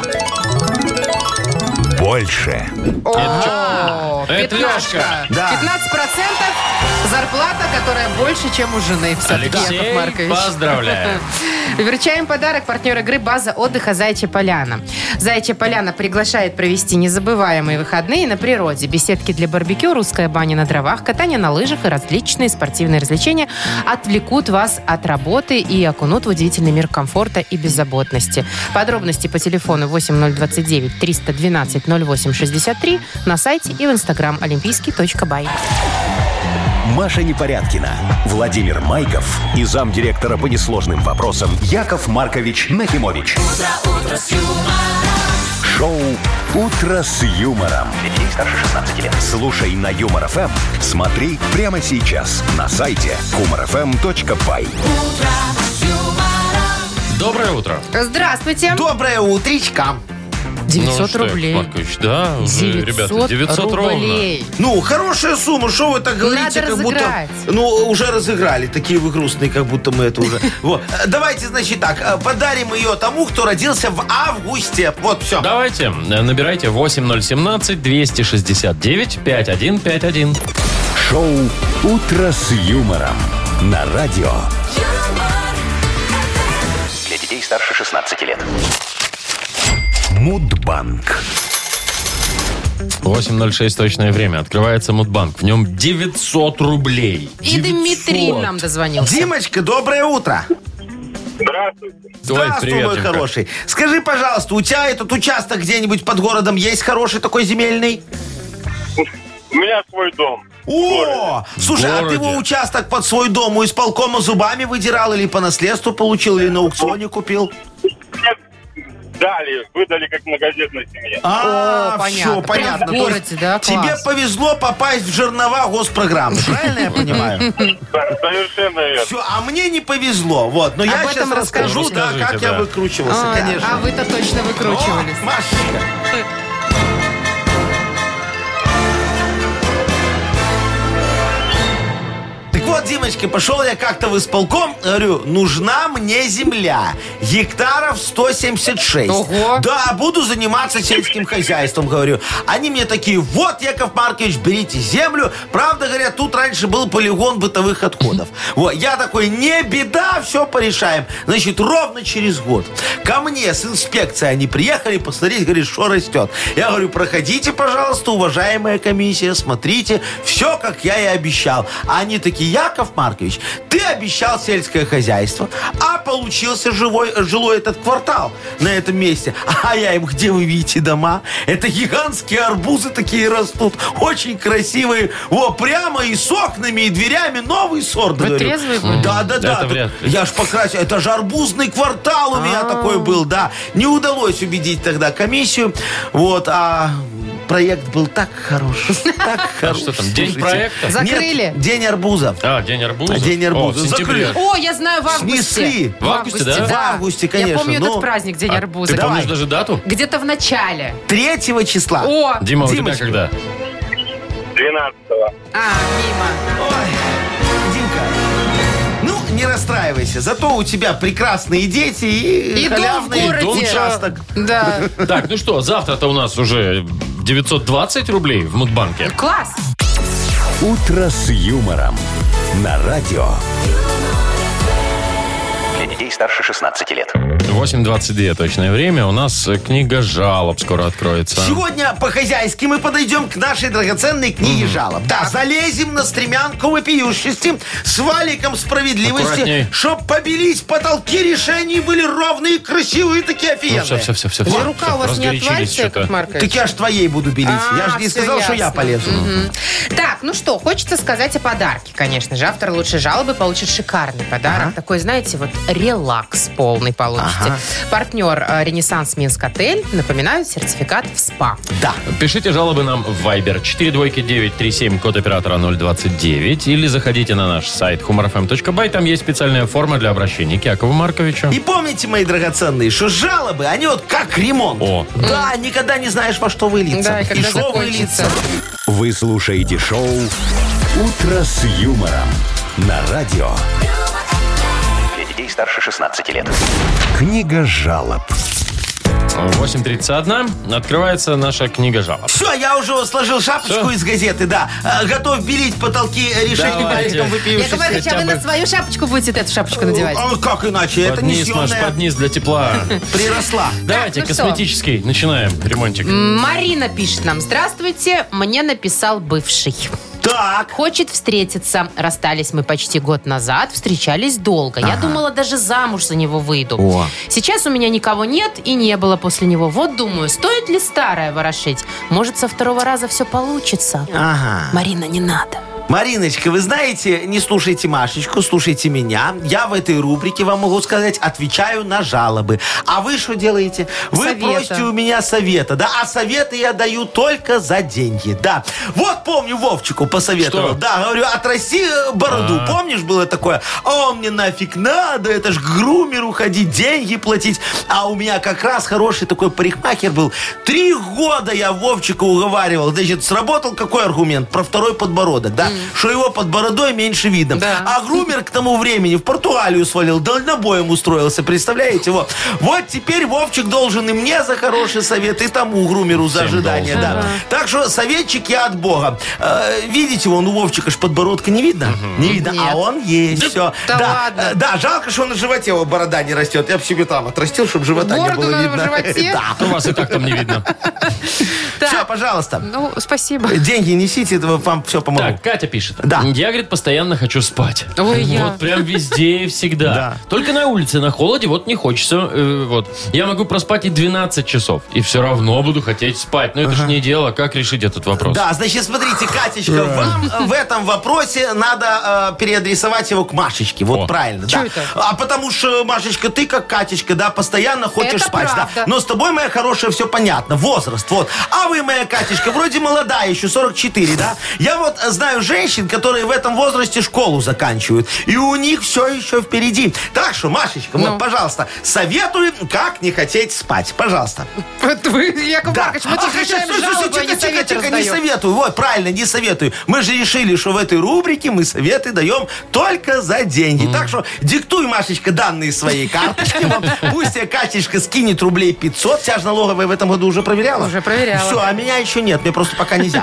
[SPEAKER 1] Больше.
[SPEAKER 3] О,
[SPEAKER 2] Это
[SPEAKER 3] 15.
[SPEAKER 2] Лешка.
[SPEAKER 4] Да.
[SPEAKER 3] 15% зарплата, которая больше, чем у жены. Все-таки, Яков
[SPEAKER 2] Алексей,
[SPEAKER 3] Маркович.
[SPEAKER 2] поздравляю.
[SPEAKER 3] Вручаем подарок. Партнер игры «База отдыха Заячья Поляна». Заячья Поляна приглашает провести незабываемые выходные на природе. Беседки для барбекю, русская баня на дровах, катание на лыжах и различные спортивные развлечения отвлекут вас от работы и окунут в удивительный мир комфорта и беззаботности. Подробности по телефону 8029 312 08 63 на сайте и в инстаграм олимпийский.бай.
[SPEAKER 1] Маша Непорядкина, Владимир Майков и замдиректора по несложным вопросам Яков Маркович Нахимович. Шоу «Утро с юмором». Для детей старше 16 лет. Слушай на Юмор ФМ. Смотри прямо сейчас на сайте humorfm.by.
[SPEAKER 2] Доброе утро.
[SPEAKER 3] Здравствуйте.
[SPEAKER 4] Доброе утречко.
[SPEAKER 3] 900
[SPEAKER 2] Ну что,
[SPEAKER 3] рублей.
[SPEAKER 2] Яков Маркович, да, уже, ребята, 900 ровно.
[SPEAKER 3] рублей.
[SPEAKER 4] Ну, хорошая сумма. Что вы так говорите,
[SPEAKER 3] Надо
[SPEAKER 4] как будто...
[SPEAKER 3] разыграть.
[SPEAKER 4] Ну, уже разыграли. Такие вы грустные, как будто мы это уже... Вот. Давайте, значит, так. Подарим ее тому, кто родился в августе. Вот, все.
[SPEAKER 2] Давайте, набирайте 8017-269-5151.
[SPEAKER 1] Шоу «Утро с юмором» на радио. Для детей старше 16 лет. Мудбанк.
[SPEAKER 2] 8:06 точное время. Открывается Мудбанк. В нем 900 рублей.
[SPEAKER 3] И
[SPEAKER 2] 900.
[SPEAKER 3] Дмитрий нам дозвонился.
[SPEAKER 4] Димочка, доброе утро.
[SPEAKER 5] Здравствуйте.
[SPEAKER 4] Здравствуй,
[SPEAKER 2] привет,
[SPEAKER 4] мой
[SPEAKER 2] Димка.
[SPEAKER 4] хороший. Скажи, пожалуйста, у тебя этот участок где-нибудь под городом есть хороший такой земельный?
[SPEAKER 5] У меня свой дом.
[SPEAKER 4] О, слушай, а ты его
[SPEAKER 2] городе.
[SPEAKER 4] участок под свой дом у исполкома зубами выдирал или по наследству получил, или на аукционе купил?
[SPEAKER 5] Дали, выдали как многодетной семье.
[SPEAKER 3] О, понятно.
[SPEAKER 4] все, понятно.
[SPEAKER 3] Прям в
[SPEAKER 4] То есть
[SPEAKER 3] городе, да?
[SPEAKER 4] тебе
[SPEAKER 3] Класс.
[SPEAKER 4] повезло попасть в жернова госпрограммы, правильно я понимаю?
[SPEAKER 5] Совершенно верно.
[SPEAKER 4] Все, а мне не повезло, вот. Но я
[SPEAKER 3] Об
[SPEAKER 4] сейчас
[SPEAKER 3] этом
[SPEAKER 4] расскажу,
[SPEAKER 3] расскажите.
[SPEAKER 4] да, как
[SPEAKER 2] Расскажите,
[SPEAKER 4] я
[SPEAKER 2] да.
[SPEAKER 4] выкручивался, конечно.
[SPEAKER 3] А вы-то точно выкручивались.
[SPEAKER 4] О, Машечка. Так вот, Димочка, пошел я как-то в исполком, говорю, нужна мне земля. Гектаров 176.
[SPEAKER 3] Ого.
[SPEAKER 4] Да, буду заниматься сельским хозяйством, говорю. Они мне такие, вот, Яков Маркович, берите землю. Правда, говорят, тут раньше был полигон бытовых отходов. Вот, я такой, не беда, все порешаем. Значит, ровно через год ко мне с инспекцией они приехали посмотреть, говорит, что растет. Я говорю, проходите, пожалуйста, уважаемая комиссия, смотрите, все, как я и обещал. А они такие, Яков Маркович, ты обещал сельское хозяйство, а получился жилой этот квартал на этом месте. А я им, где вы видите дома? Это гигантские арбузы такие растут, очень красивые. Во, прямо и с окнами, и дверями новый сорт.
[SPEAKER 3] Вы
[SPEAKER 4] говорю.
[SPEAKER 3] трезвый были?
[SPEAKER 4] Да.
[SPEAKER 2] Это вряд ли.
[SPEAKER 4] Я ж покрасил. Это же арбузный квартал у меня такой был, да. Не удалось убедить тогда комиссию. Вот, а проект был так хорош. Так
[SPEAKER 2] А
[SPEAKER 4] хорош.
[SPEAKER 2] что там, день проекта?
[SPEAKER 3] Закрыли?
[SPEAKER 4] Нет, день арбуза.
[SPEAKER 2] День арбуза.
[SPEAKER 4] День арбуза.
[SPEAKER 2] О, в сентябре.
[SPEAKER 4] Закрыли.
[SPEAKER 3] О, я знаю, в августе.
[SPEAKER 4] Снесли.
[SPEAKER 2] В августе, да?
[SPEAKER 4] В августе, конечно.
[SPEAKER 3] Я помню
[SPEAKER 4] Ну,
[SPEAKER 3] этот праздник, День арбуза.
[SPEAKER 2] Ты помнишь даже дату?
[SPEAKER 3] Где-то в начале.
[SPEAKER 4] 3 числа.
[SPEAKER 3] О,
[SPEAKER 2] Дима, у тебя
[SPEAKER 4] Димочка.
[SPEAKER 2] когда?
[SPEAKER 6] 12-го.
[SPEAKER 3] мимо.
[SPEAKER 4] Ой, Димка, ну, не расстраивайся. Зато у тебя прекрасные дети и
[SPEAKER 3] И дом в
[SPEAKER 4] халявный
[SPEAKER 3] городе.
[SPEAKER 4] участок.
[SPEAKER 3] Да.
[SPEAKER 2] Так, ну что, завтра-то у нас уже 920 рублей в Мудбанке.
[SPEAKER 3] Класс.
[SPEAKER 1] «Утро с юмором» на радио. Для детей старше 16 лет.
[SPEAKER 2] 8:22 точное время. У нас книга жалоб скоро откроется.
[SPEAKER 4] Сегодня по-хозяйски мы подойдем к нашей драгоценной книге жалоб. Да, залезем на стремянку вопиющести с валиком справедливости,
[SPEAKER 2] Аккуратней.
[SPEAKER 4] чтоб побелить потолки решений были ровные, красивые, такие офигенные.
[SPEAKER 2] Все.
[SPEAKER 3] Где рука у вас не отвалится, Яков Маркович?
[SPEAKER 4] Так я ж твоей буду белить. Я же не
[SPEAKER 3] всё
[SPEAKER 4] сказал, что я
[SPEAKER 3] ясно.
[SPEAKER 4] полезу.
[SPEAKER 3] Так, ну что, хочется сказать о подарке, конечно же. Автор лучшей жалобы получит шикарный подарок. Такой, знаете, вот релакс полный получите. Партнер «Ренессанс Минск Отель». Напоминаю, сертификат в СПА.
[SPEAKER 4] Да.
[SPEAKER 2] Пишите жалобы нам в Viber 42937, код оператора 029. Или заходите на наш сайт humorfm.by. Там есть специальная форма для обращения к Якову Марковичу.
[SPEAKER 4] И помните, мои драгоценные, что жалобы, они вот как ремонт.
[SPEAKER 2] О.
[SPEAKER 4] Да, никогда не знаешь, во что выльется.
[SPEAKER 3] Да, и когда
[SPEAKER 4] что
[SPEAKER 3] закончится.
[SPEAKER 4] выльется.
[SPEAKER 1] Вы слушаете шоу «Утро с юмором» на радио. Для детей старше 16 лет. Книга жалоб.
[SPEAKER 2] 8:31. Открывается наша книга жалоб.
[SPEAKER 4] Все, я уже вот сложил шапочку
[SPEAKER 2] Всё?
[SPEAKER 4] из газеты, да. Готов белить потолки решением
[SPEAKER 2] Давайте.
[SPEAKER 4] валиком вопиющести.
[SPEAKER 3] Яков Маркович, а
[SPEAKER 2] хотя
[SPEAKER 3] вы
[SPEAKER 2] бы-
[SPEAKER 3] на свою шапочку будете эту шапочку надевать?
[SPEAKER 4] А как иначе? Это не
[SPEAKER 2] Под низ, Маш,
[SPEAKER 4] съемная.
[SPEAKER 2] под низ для тепла.
[SPEAKER 4] Приросла.
[SPEAKER 2] Давайте,
[SPEAKER 3] ну что?
[SPEAKER 2] косметический. Начинаем ремонтик.
[SPEAKER 3] Марина пишет нам. Здравствуйте, мне написал бывший.
[SPEAKER 4] Так.
[SPEAKER 3] Хочет встретиться. Расстались мы почти год назад, встречались долго. Я думала, даже замуж за него выйду.
[SPEAKER 4] О.
[SPEAKER 3] Сейчас у меня никого нет и не было после него. Вот думаю, стоит ли старое ворошить? Может, со второго раза все получится?
[SPEAKER 4] Ага.
[SPEAKER 3] Марина, не надо.
[SPEAKER 4] Мариночка, вы знаете, не слушайте Машечку, слушайте меня. Я в этой рубрике, вам могу сказать, отвечаю на жалобы. А вы что делаете? Вы
[SPEAKER 3] Совета.
[SPEAKER 4] просите у меня совета, да? А советы я даю только за деньги, да. Вот помню, Вовчику посоветовал.
[SPEAKER 2] Что?
[SPEAKER 4] Да, говорю, отрасти бороду. Помнишь, было такое? О, мне нафиг надо, это ж к грумеру ходить, деньги платить. А у меня как раз хороший такой парикмахер был. 3 года я Вовчика уговаривал. Значит, сработал какой аргумент? Про второй подбородок, да? Что его под бородой меньше видно.
[SPEAKER 3] Да.
[SPEAKER 4] А грумер к тому времени в Португалию свалил, дальнобоем устроился, представляете? Вот теперь Вовчик должен и мне за хороший совет, и тому грумеру за
[SPEAKER 2] Всем
[SPEAKER 4] ожидание.
[SPEAKER 2] должен.
[SPEAKER 4] Да. Так что советчик я от Бога. Видите, вон у Вовчика ж подбородка не видно? Не видно,
[SPEAKER 3] Нет.
[SPEAKER 4] а он есть. Все.
[SPEAKER 3] Да ладно?
[SPEAKER 4] Да, жалко, что на животе его борода не растет. Я бы себе там отрастил, чтобы живота не
[SPEAKER 3] Бороду
[SPEAKER 4] было
[SPEAKER 3] надо в
[SPEAKER 4] видно.
[SPEAKER 3] животе?
[SPEAKER 4] Да.
[SPEAKER 2] У вас и так там не видно.
[SPEAKER 4] Все, пожалуйста.
[SPEAKER 3] Ну, спасибо.
[SPEAKER 4] Деньги несите, это вам все помогу.
[SPEAKER 2] Так, Катя пишет.
[SPEAKER 4] Да.
[SPEAKER 2] Я, говорит, постоянно хочу спать.
[SPEAKER 3] Ой, я.
[SPEAKER 2] Вот прям везде и всегда.
[SPEAKER 4] Да.
[SPEAKER 2] Только на улице, на холоде, вот не хочется. Вот. Я могу проспать и 12 часов. И все равно буду хотеть спать. Но это ж не дело. Как решить этот вопрос?
[SPEAKER 4] Да, значит, смотрите, Катечка, вам в этом вопросе надо переадресовать его к Машечке. Вот
[SPEAKER 2] О.
[SPEAKER 4] правильно.
[SPEAKER 3] Чё
[SPEAKER 4] да.
[SPEAKER 3] это?
[SPEAKER 4] А потому что, Машечка, ты как Катечка, да, постоянно хочешь
[SPEAKER 3] Это
[SPEAKER 4] спать.
[SPEAKER 3] правда.
[SPEAKER 4] Да. Но с тобой, моя хорошая, все понятно. Возраст, вот. А вы, моя Катечка, вроде молодая, еще 44, да? Я вот знаю женщин, которые в этом возрасте школу заканчивают. И у них все еще впереди. Так что, Машечка, вот, пожалуйста, советую, как не хотеть спать. Пожалуйста.
[SPEAKER 3] Вот вы, Яков Маркович, мы тут
[SPEAKER 4] хотя,
[SPEAKER 3] решаем
[SPEAKER 4] слушай,
[SPEAKER 3] жалобы, а не советы
[SPEAKER 4] не
[SPEAKER 3] раздаем.
[SPEAKER 4] советую. Вот, правильно, не советую. Мы же решили, что в этой рубрике мы советы даем только за деньги. Так что диктуй, Машечка, данные своей карточки. Вот. Пусть тебе Катечка скинет рублей 500. Тебя же налоговая в этом году уже проверяла?
[SPEAKER 3] Уже проверяла.
[SPEAKER 4] Все, а меня еще нет. Мне просто пока нельзя.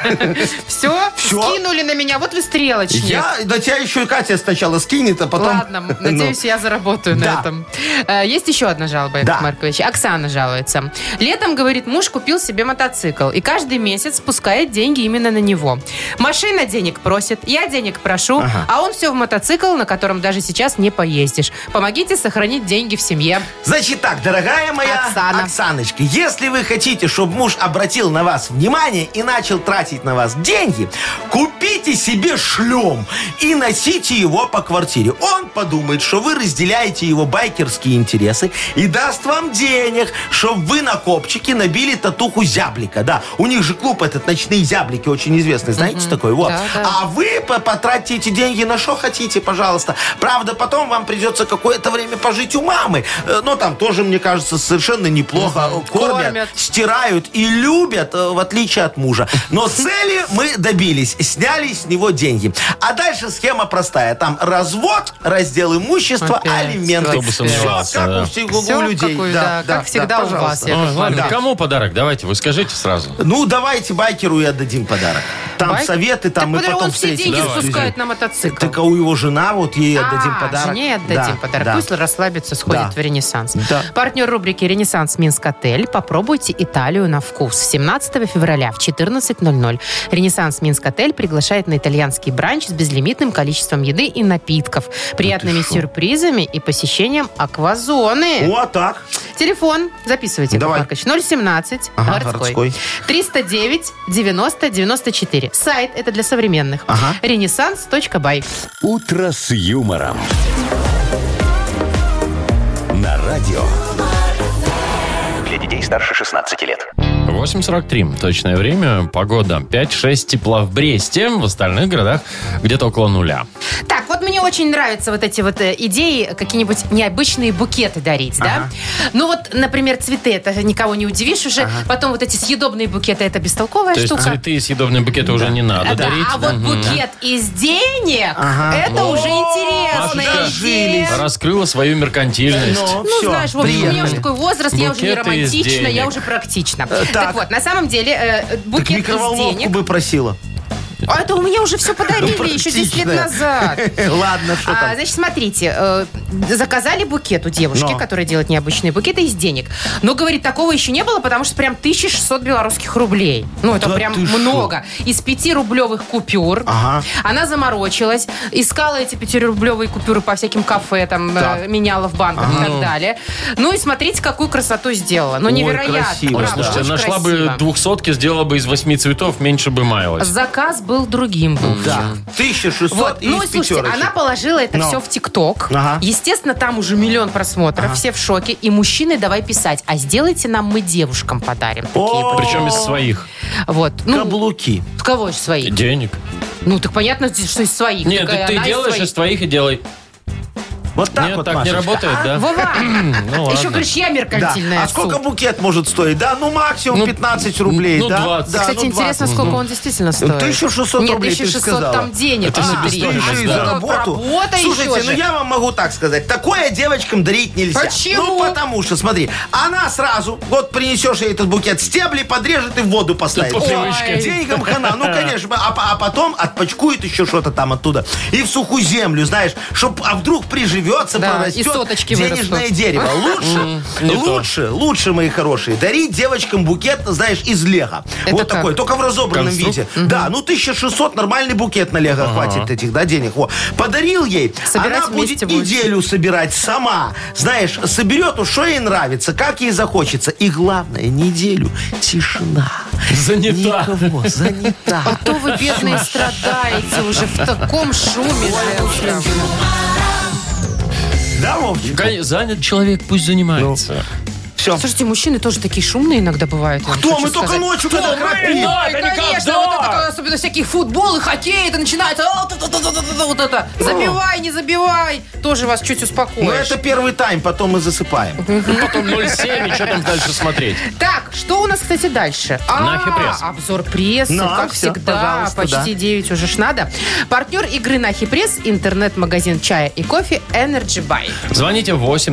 [SPEAKER 3] Все?
[SPEAKER 4] Всё?
[SPEAKER 3] Скинули на меня. Вот вы стрелочник.
[SPEAKER 4] Я, да тебя еще и Катя сначала скинет, а потом...
[SPEAKER 3] Ладно, надеюсь, я заработаю на
[SPEAKER 4] Да.
[SPEAKER 3] этом. Есть еще одна жалоба, Яков
[SPEAKER 4] Да.
[SPEAKER 3] Маркович. Оксана жалуется. Летом, говорит, муж купил себе мотоцикл и каждый месяц спускает деньги именно на него. Машина денег просит, я денег прошу, а он все в мотоцикл, на котором даже сейчас не поездишь. Помогите сохранить деньги в семье.
[SPEAKER 4] Значит так, дорогая моя
[SPEAKER 3] Оксана.
[SPEAKER 4] Оксаночка, если вы хотите, чтобы муж обратил на вас внимание и начал тратить на вас деньги, купите купите себе шлем и носите его по квартире. Он подумает, что вы разделяете его байкерские интересы и даст вам денег, чтобы вы на копчике набили татуху зяблика. Да, у них же клуб этот «Ночные зяблики» очень известный. Знаете такой? Вот.
[SPEAKER 3] Да.
[SPEAKER 4] А вы потратите эти деньги на что хотите, пожалуйста. Правда, потом вам придется какое-то время пожить у мамы. Но там тоже, мне кажется, совершенно неплохо. Кормят, стирают и любят, в отличие от мужа. Но цели мы добились. Сняли с него деньги. А дальше схема простая. Там развод, раздел имущества,
[SPEAKER 3] Опять.
[SPEAKER 4] алименты.
[SPEAKER 2] Кто бы сомневался,
[SPEAKER 4] Все как
[SPEAKER 2] да.
[SPEAKER 4] у всех
[SPEAKER 3] Всё
[SPEAKER 4] у людей.
[SPEAKER 3] как всегда у вас,
[SPEAKER 4] пожалуйста.
[SPEAKER 3] Яков
[SPEAKER 2] Ладно,
[SPEAKER 3] Маркович.
[SPEAKER 2] кому подарок? Давайте, вы скажите сразу.
[SPEAKER 4] Ну, давайте байкеру и отдадим подарок. Там
[SPEAKER 3] Байк?
[SPEAKER 4] советы, там мы
[SPEAKER 3] Так
[SPEAKER 4] потом
[SPEAKER 3] он все
[SPEAKER 4] встретимся.
[SPEAKER 3] деньги
[SPEAKER 2] Давай.
[SPEAKER 3] спускает на мотоцикл.
[SPEAKER 4] Так а у его жена, вот ей отдадим подарок.
[SPEAKER 3] Жене отдадим
[SPEAKER 4] Да,
[SPEAKER 3] подарок.
[SPEAKER 4] да.
[SPEAKER 3] Пусть расслабится, сходит
[SPEAKER 4] Да.
[SPEAKER 3] в Ренессанс.
[SPEAKER 4] Да.
[SPEAKER 3] Партнер рубрики «Ренессанс Минск Отель». Попробуйте Италию на вкус. 17 февраля в 14:00. «Ренессанс Минск Отель» приглашает на итальянский бранч с безлимитным количеством еды и напитков, приятными сюрпризами и посещением аквазоны.
[SPEAKER 4] Вот так.
[SPEAKER 3] Телефон, записывайте, Яков
[SPEAKER 4] Давай.
[SPEAKER 3] Маркович, 017,
[SPEAKER 4] Ага,
[SPEAKER 3] городской.
[SPEAKER 4] городской.
[SPEAKER 3] 309 90 94. Сайт, это для современных.
[SPEAKER 4] Ага.
[SPEAKER 3] Renaissance.by.
[SPEAKER 1] «Утро с юмором». На радио.
[SPEAKER 7] Для детей старше 16 лет.
[SPEAKER 2] 8:43. Точное время. Погода 5-6 тепла в Бресте. В остальных городах где-то около нуля.
[SPEAKER 3] Так, вот мне очень нравятся вот эти вот идеи, какие-нибудь необычные букеты дарить, да? Ну вот, например, цветы, это никого не удивишь уже. Потом вот эти съедобные букеты, это бестолковая
[SPEAKER 2] То есть
[SPEAKER 3] штука.
[SPEAKER 2] цветы и съедобные букеты уже не надо
[SPEAKER 3] Да,
[SPEAKER 2] дарить.
[SPEAKER 3] а вот
[SPEAKER 2] Мгм.
[SPEAKER 3] букет из денег, это уже интересная
[SPEAKER 2] Машечка
[SPEAKER 3] идея.
[SPEAKER 2] раскрыла свою меркантильность.
[SPEAKER 4] Ну,
[SPEAKER 3] Ну,
[SPEAKER 4] всё,
[SPEAKER 3] знаешь, в общем, у меня
[SPEAKER 4] приехали.
[SPEAKER 3] уже такой возраст, я уже не
[SPEAKER 2] Букеты из
[SPEAKER 3] романтична, я
[SPEAKER 2] денег.
[SPEAKER 3] уже практична.
[SPEAKER 4] так.
[SPEAKER 3] Так вот, на самом деле,
[SPEAKER 4] Так
[SPEAKER 3] букет из
[SPEAKER 4] микроволновку
[SPEAKER 3] денег...
[SPEAKER 4] бы просила.
[SPEAKER 3] А это у меня уже все подарили еще 10 лет назад.
[SPEAKER 4] Ладно, что там?
[SPEAKER 3] Значит, смотрите, заказали букет у девушки,
[SPEAKER 4] Но.
[SPEAKER 3] которая делает необычные букеты из денег. Но, говорит, такого еще не было, потому что прям 1600 белорусских рублей. Ну, это
[SPEAKER 4] Да
[SPEAKER 3] прям
[SPEAKER 4] ты шо?
[SPEAKER 3] много. Из 5-рублевых купюр.
[SPEAKER 4] Ага.
[SPEAKER 3] Она заморочилась, искала эти 5-рублевые купюры по всяким кафе, там,
[SPEAKER 4] Так.
[SPEAKER 3] меняла в банках и так далее. Ну и смотрите, какую красоту сделала. Ну,
[SPEAKER 4] Ой,
[SPEAKER 3] невероятно.
[SPEAKER 4] красиво,
[SPEAKER 2] Ой,
[SPEAKER 3] Правда,
[SPEAKER 2] слушайте,
[SPEAKER 3] очень
[SPEAKER 2] нашла
[SPEAKER 3] красиво.
[SPEAKER 2] бы 200-ки, сделала бы из 8 цветов, меньше бы маялась.
[SPEAKER 3] Заказ был другим.
[SPEAKER 4] Да. 1600
[SPEAKER 3] Вот.
[SPEAKER 4] и
[SPEAKER 3] Ну и
[SPEAKER 4] из
[SPEAKER 3] слушайте,
[SPEAKER 4] пятерочек.
[SPEAKER 3] она положила это
[SPEAKER 4] Но.
[SPEAKER 3] все в ТикТок.
[SPEAKER 4] Ага.
[SPEAKER 3] Естественно, там уже 1 миллион просмотров, все в шоке. И мужчины давай писать, а сделайте нам, мы девушкам подарим. Такие
[SPEAKER 4] О,
[SPEAKER 3] вот.
[SPEAKER 2] Причем из своих.
[SPEAKER 3] Вот. Ну,
[SPEAKER 4] Каблуки.
[SPEAKER 3] с кого же своих?
[SPEAKER 2] Денег.
[SPEAKER 3] Ну, так понятно, что из своих.
[SPEAKER 2] Нет,
[SPEAKER 3] Такая
[SPEAKER 2] ты
[SPEAKER 3] она
[SPEAKER 2] делаешь
[SPEAKER 3] своих.
[SPEAKER 2] из твоих и делай.
[SPEAKER 4] Вот так
[SPEAKER 2] Нет,
[SPEAKER 4] вот,
[SPEAKER 2] так не
[SPEAKER 4] Машечка.
[SPEAKER 2] работает, да?
[SPEAKER 3] Вова,
[SPEAKER 2] Ну ладно.
[SPEAKER 3] еще говоришь, я
[SPEAKER 4] Да.
[SPEAKER 3] меркантильная.
[SPEAKER 4] А сколько
[SPEAKER 3] фу.
[SPEAKER 4] букет может стоить? Да, ну максимум
[SPEAKER 2] Ну,
[SPEAKER 4] 15 рублей,
[SPEAKER 2] ну,
[SPEAKER 4] да?
[SPEAKER 2] 20.
[SPEAKER 4] Да,
[SPEAKER 3] Кстати,
[SPEAKER 4] ну,
[SPEAKER 3] интересно,
[SPEAKER 4] 20.
[SPEAKER 3] сколько он действительно стоит.
[SPEAKER 4] 1600
[SPEAKER 3] Нет,
[SPEAKER 4] рублей, ты же
[SPEAKER 3] 1600
[SPEAKER 4] сказала.
[SPEAKER 3] там денег.
[SPEAKER 2] Это
[SPEAKER 3] внутри.
[SPEAKER 2] себестоимость,
[SPEAKER 4] Еще и
[SPEAKER 2] да.
[SPEAKER 4] за работу.
[SPEAKER 3] Работа
[SPEAKER 4] Слушайте,
[SPEAKER 3] еще
[SPEAKER 4] ну
[SPEAKER 3] же.
[SPEAKER 4] я вам могу так сказать. Такое девочкам дарить нельзя.
[SPEAKER 3] Почему?
[SPEAKER 4] Ну, потому что, смотри, она сразу, вот принесешь ей этот букет, стебли подрежет и в воду поставит.
[SPEAKER 2] По
[SPEAKER 4] Всё.
[SPEAKER 2] привычке.
[SPEAKER 4] Деньгам хана. Ну, конечно. А потом отпачкует еще что-то там оттуда. И в сухую землю, знаешь, а вдруг приживется,
[SPEAKER 3] Да,
[SPEAKER 4] прорастет
[SPEAKER 3] и соточки
[SPEAKER 4] денежное
[SPEAKER 3] вырастут.
[SPEAKER 4] дерево. Лучше, мои хорошие, дарить девочкам букет, знаешь, из лего.
[SPEAKER 3] Это
[SPEAKER 4] Вот
[SPEAKER 3] как?
[SPEAKER 4] такой, только в разобранном виде. Да, ну 1600 нормальный букет на лего хватит этих, да, денег. Во. Подарил ей,
[SPEAKER 3] Собирать
[SPEAKER 4] она будет
[SPEAKER 3] вместе будете.
[SPEAKER 4] неделю собирать сама. Знаешь, соберет, что ей нравится, как ей захочется. И главное, неделю тишина.
[SPEAKER 2] Занята.
[SPEAKER 4] Никого, занята.
[SPEAKER 3] А то вы, бедные, страдаете уже в таком шуме женском.
[SPEAKER 4] Да, Вовчик?
[SPEAKER 2] Занят человек, пусть занимается.
[SPEAKER 4] Все.
[SPEAKER 3] Слушайте, мужчины тоже такие шумные иногда бывают. я вам
[SPEAKER 4] Кто?
[SPEAKER 3] хочу
[SPEAKER 4] Мы только
[SPEAKER 3] сказать.
[SPEAKER 4] ночью, когда храпим.
[SPEAKER 3] Ой, конечно, вот это такое, особенно всяких футбол и хоккей, это начинается вот это. Забивай, не забивай. Тоже вас чуть
[SPEAKER 4] Ну,
[SPEAKER 3] успокоишь.
[SPEAKER 4] это первый тайм, потом мы засыпаем.
[SPEAKER 2] Потом 0,7, и что там дальше смотреть?
[SPEAKER 3] Так, что у нас, кстати, дальше?
[SPEAKER 2] Нахи пресс.
[SPEAKER 3] Обзор прессы,
[SPEAKER 4] Ну,
[SPEAKER 3] как
[SPEAKER 4] всё,
[SPEAKER 3] всегда.
[SPEAKER 4] пожалуйста,
[SPEAKER 3] Почти
[SPEAKER 4] да.
[SPEAKER 3] 9 уже ж надо. Партнер игры Нахи пресс, интернет-магазин чая и кофе Energy Buy.
[SPEAKER 2] Звоните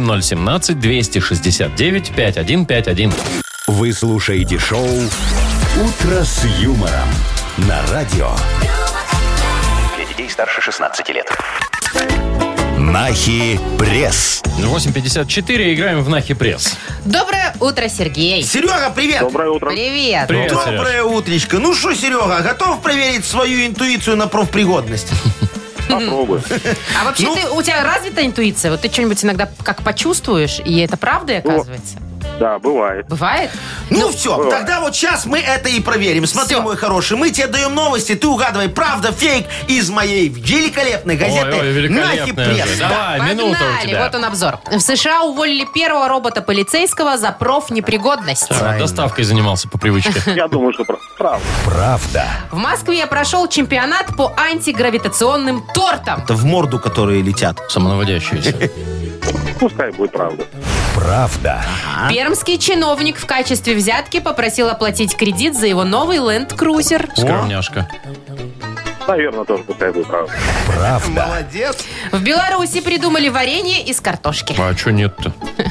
[SPEAKER 2] 8017-269-5151.
[SPEAKER 1] Вы слушаете шоу «Утро с юмором» на радио.
[SPEAKER 7] Для детей старше 16 лет.
[SPEAKER 1] Нахи пресс.
[SPEAKER 2] 8:54, играем в Нахи пресс.
[SPEAKER 3] Доброе утро, Сергей.
[SPEAKER 4] Серега, привет.
[SPEAKER 5] Доброе утро.
[SPEAKER 3] Привет.
[SPEAKER 2] Привет,
[SPEAKER 4] Доброе утречко. Ну что, Серега, готов проверить свою интуицию на профпригодность?
[SPEAKER 5] Попробуй.
[SPEAKER 3] А вообще
[SPEAKER 4] Ну-
[SPEAKER 3] у тебя развита интуиция? Вот ты что-нибудь иногда как почувствуешь, и это правда, оказывается?
[SPEAKER 5] Да, бывает.
[SPEAKER 3] Бывает?
[SPEAKER 4] Ну все, тогда вот сейчас мы это и проверим. Смотри,
[SPEAKER 3] Всё.
[SPEAKER 4] мой хороший, мы тебе даем новости, ты угадывай, правда, фейк из моей великолепной газеты
[SPEAKER 2] Ой, великолепная
[SPEAKER 4] «Нахи
[SPEAKER 2] же.
[SPEAKER 4] пресс». Да.
[SPEAKER 2] Давай, минута у
[SPEAKER 3] Погнали,
[SPEAKER 2] тебя.
[SPEAKER 3] вот он обзор. В США уволили первого робота-полицейского за профнепригодность.
[SPEAKER 2] Доставкой занимался по привычке.
[SPEAKER 5] Я думаю, что правда.
[SPEAKER 1] Правда.
[SPEAKER 3] В Москве прошел чемпионат по антигравитационным тортам.
[SPEAKER 4] Это в морду, которые летят.
[SPEAKER 2] Самонаводящиеся.
[SPEAKER 5] Пускай будет правда.
[SPEAKER 1] Правда.
[SPEAKER 3] Пермский чиновник в качестве взятки попросил оплатить кредит за его новый ленд-крузер.
[SPEAKER 2] Скромняшка.
[SPEAKER 5] Наверное, тоже пускай будет правда.
[SPEAKER 1] Правда.
[SPEAKER 4] Молодец.
[SPEAKER 3] В Беларуси придумали варенье из картошки.
[SPEAKER 2] А что нет-то?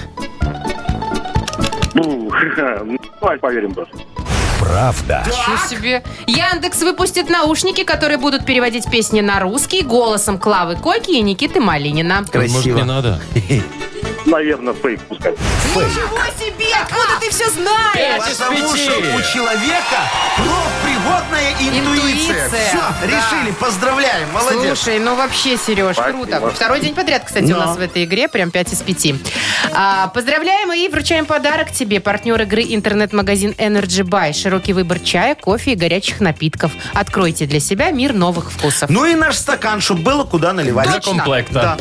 [SPEAKER 5] Ну, давай поверим тоже.
[SPEAKER 1] Правда.
[SPEAKER 3] Ничего себе. Яндекс выпустит наушники, которые будут переводить песни на русский голосом Клавы Коки и Никиты Малинина.
[SPEAKER 2] Может,
[SPEAKER 4] Красиво.
[SPEAKER 2] не надо?
[SPEAKER 5] Наверное, фейк пускай.
[SPEAKER 3] Ничего себе! Откуда ты все знаешь?
[SPEAKER 4] Потому что у человека профпригодная интуиция.
[SPEAKER 3] Интуиция,
[SPEAKER 4] Все,
[SPEAKER 3] да.
[SPEAKER 4] решили, поздравляем, молодец.
[SPEAKER 3] Слушай, ну вообще, Сереж,
[SPEAKER 5] Спасибо.
[SPEAKER 3] круто. Второй день подряд, кстати, у нас в этой игре. Прям 5 из 5. Поздравляем и вручаем подарок тебе. Партнер игры интернет-магазин Energy Buy. Широкий выбор чая, кофе и горячих напитков. Откройте для себя мир новых вкусов.
[SPEAKER 4] Ну и наш стакан, чтобы было куда наливать.
[SPEAKER 2] Для комплекта.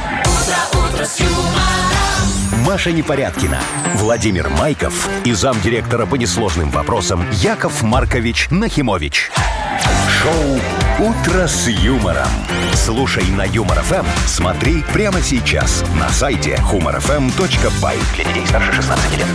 [SPEAKER 1] Маша Непорядкина, Владимир Майков и замдиректора по несложным вопросам Яков Маркович Нахимович. Шоу «Утро с юмором». Слушай на Юмор ФМ, смотри прямо сейчас на сайте humorfm.by.
[SPEAKER 7] Для детей старше 16 лет.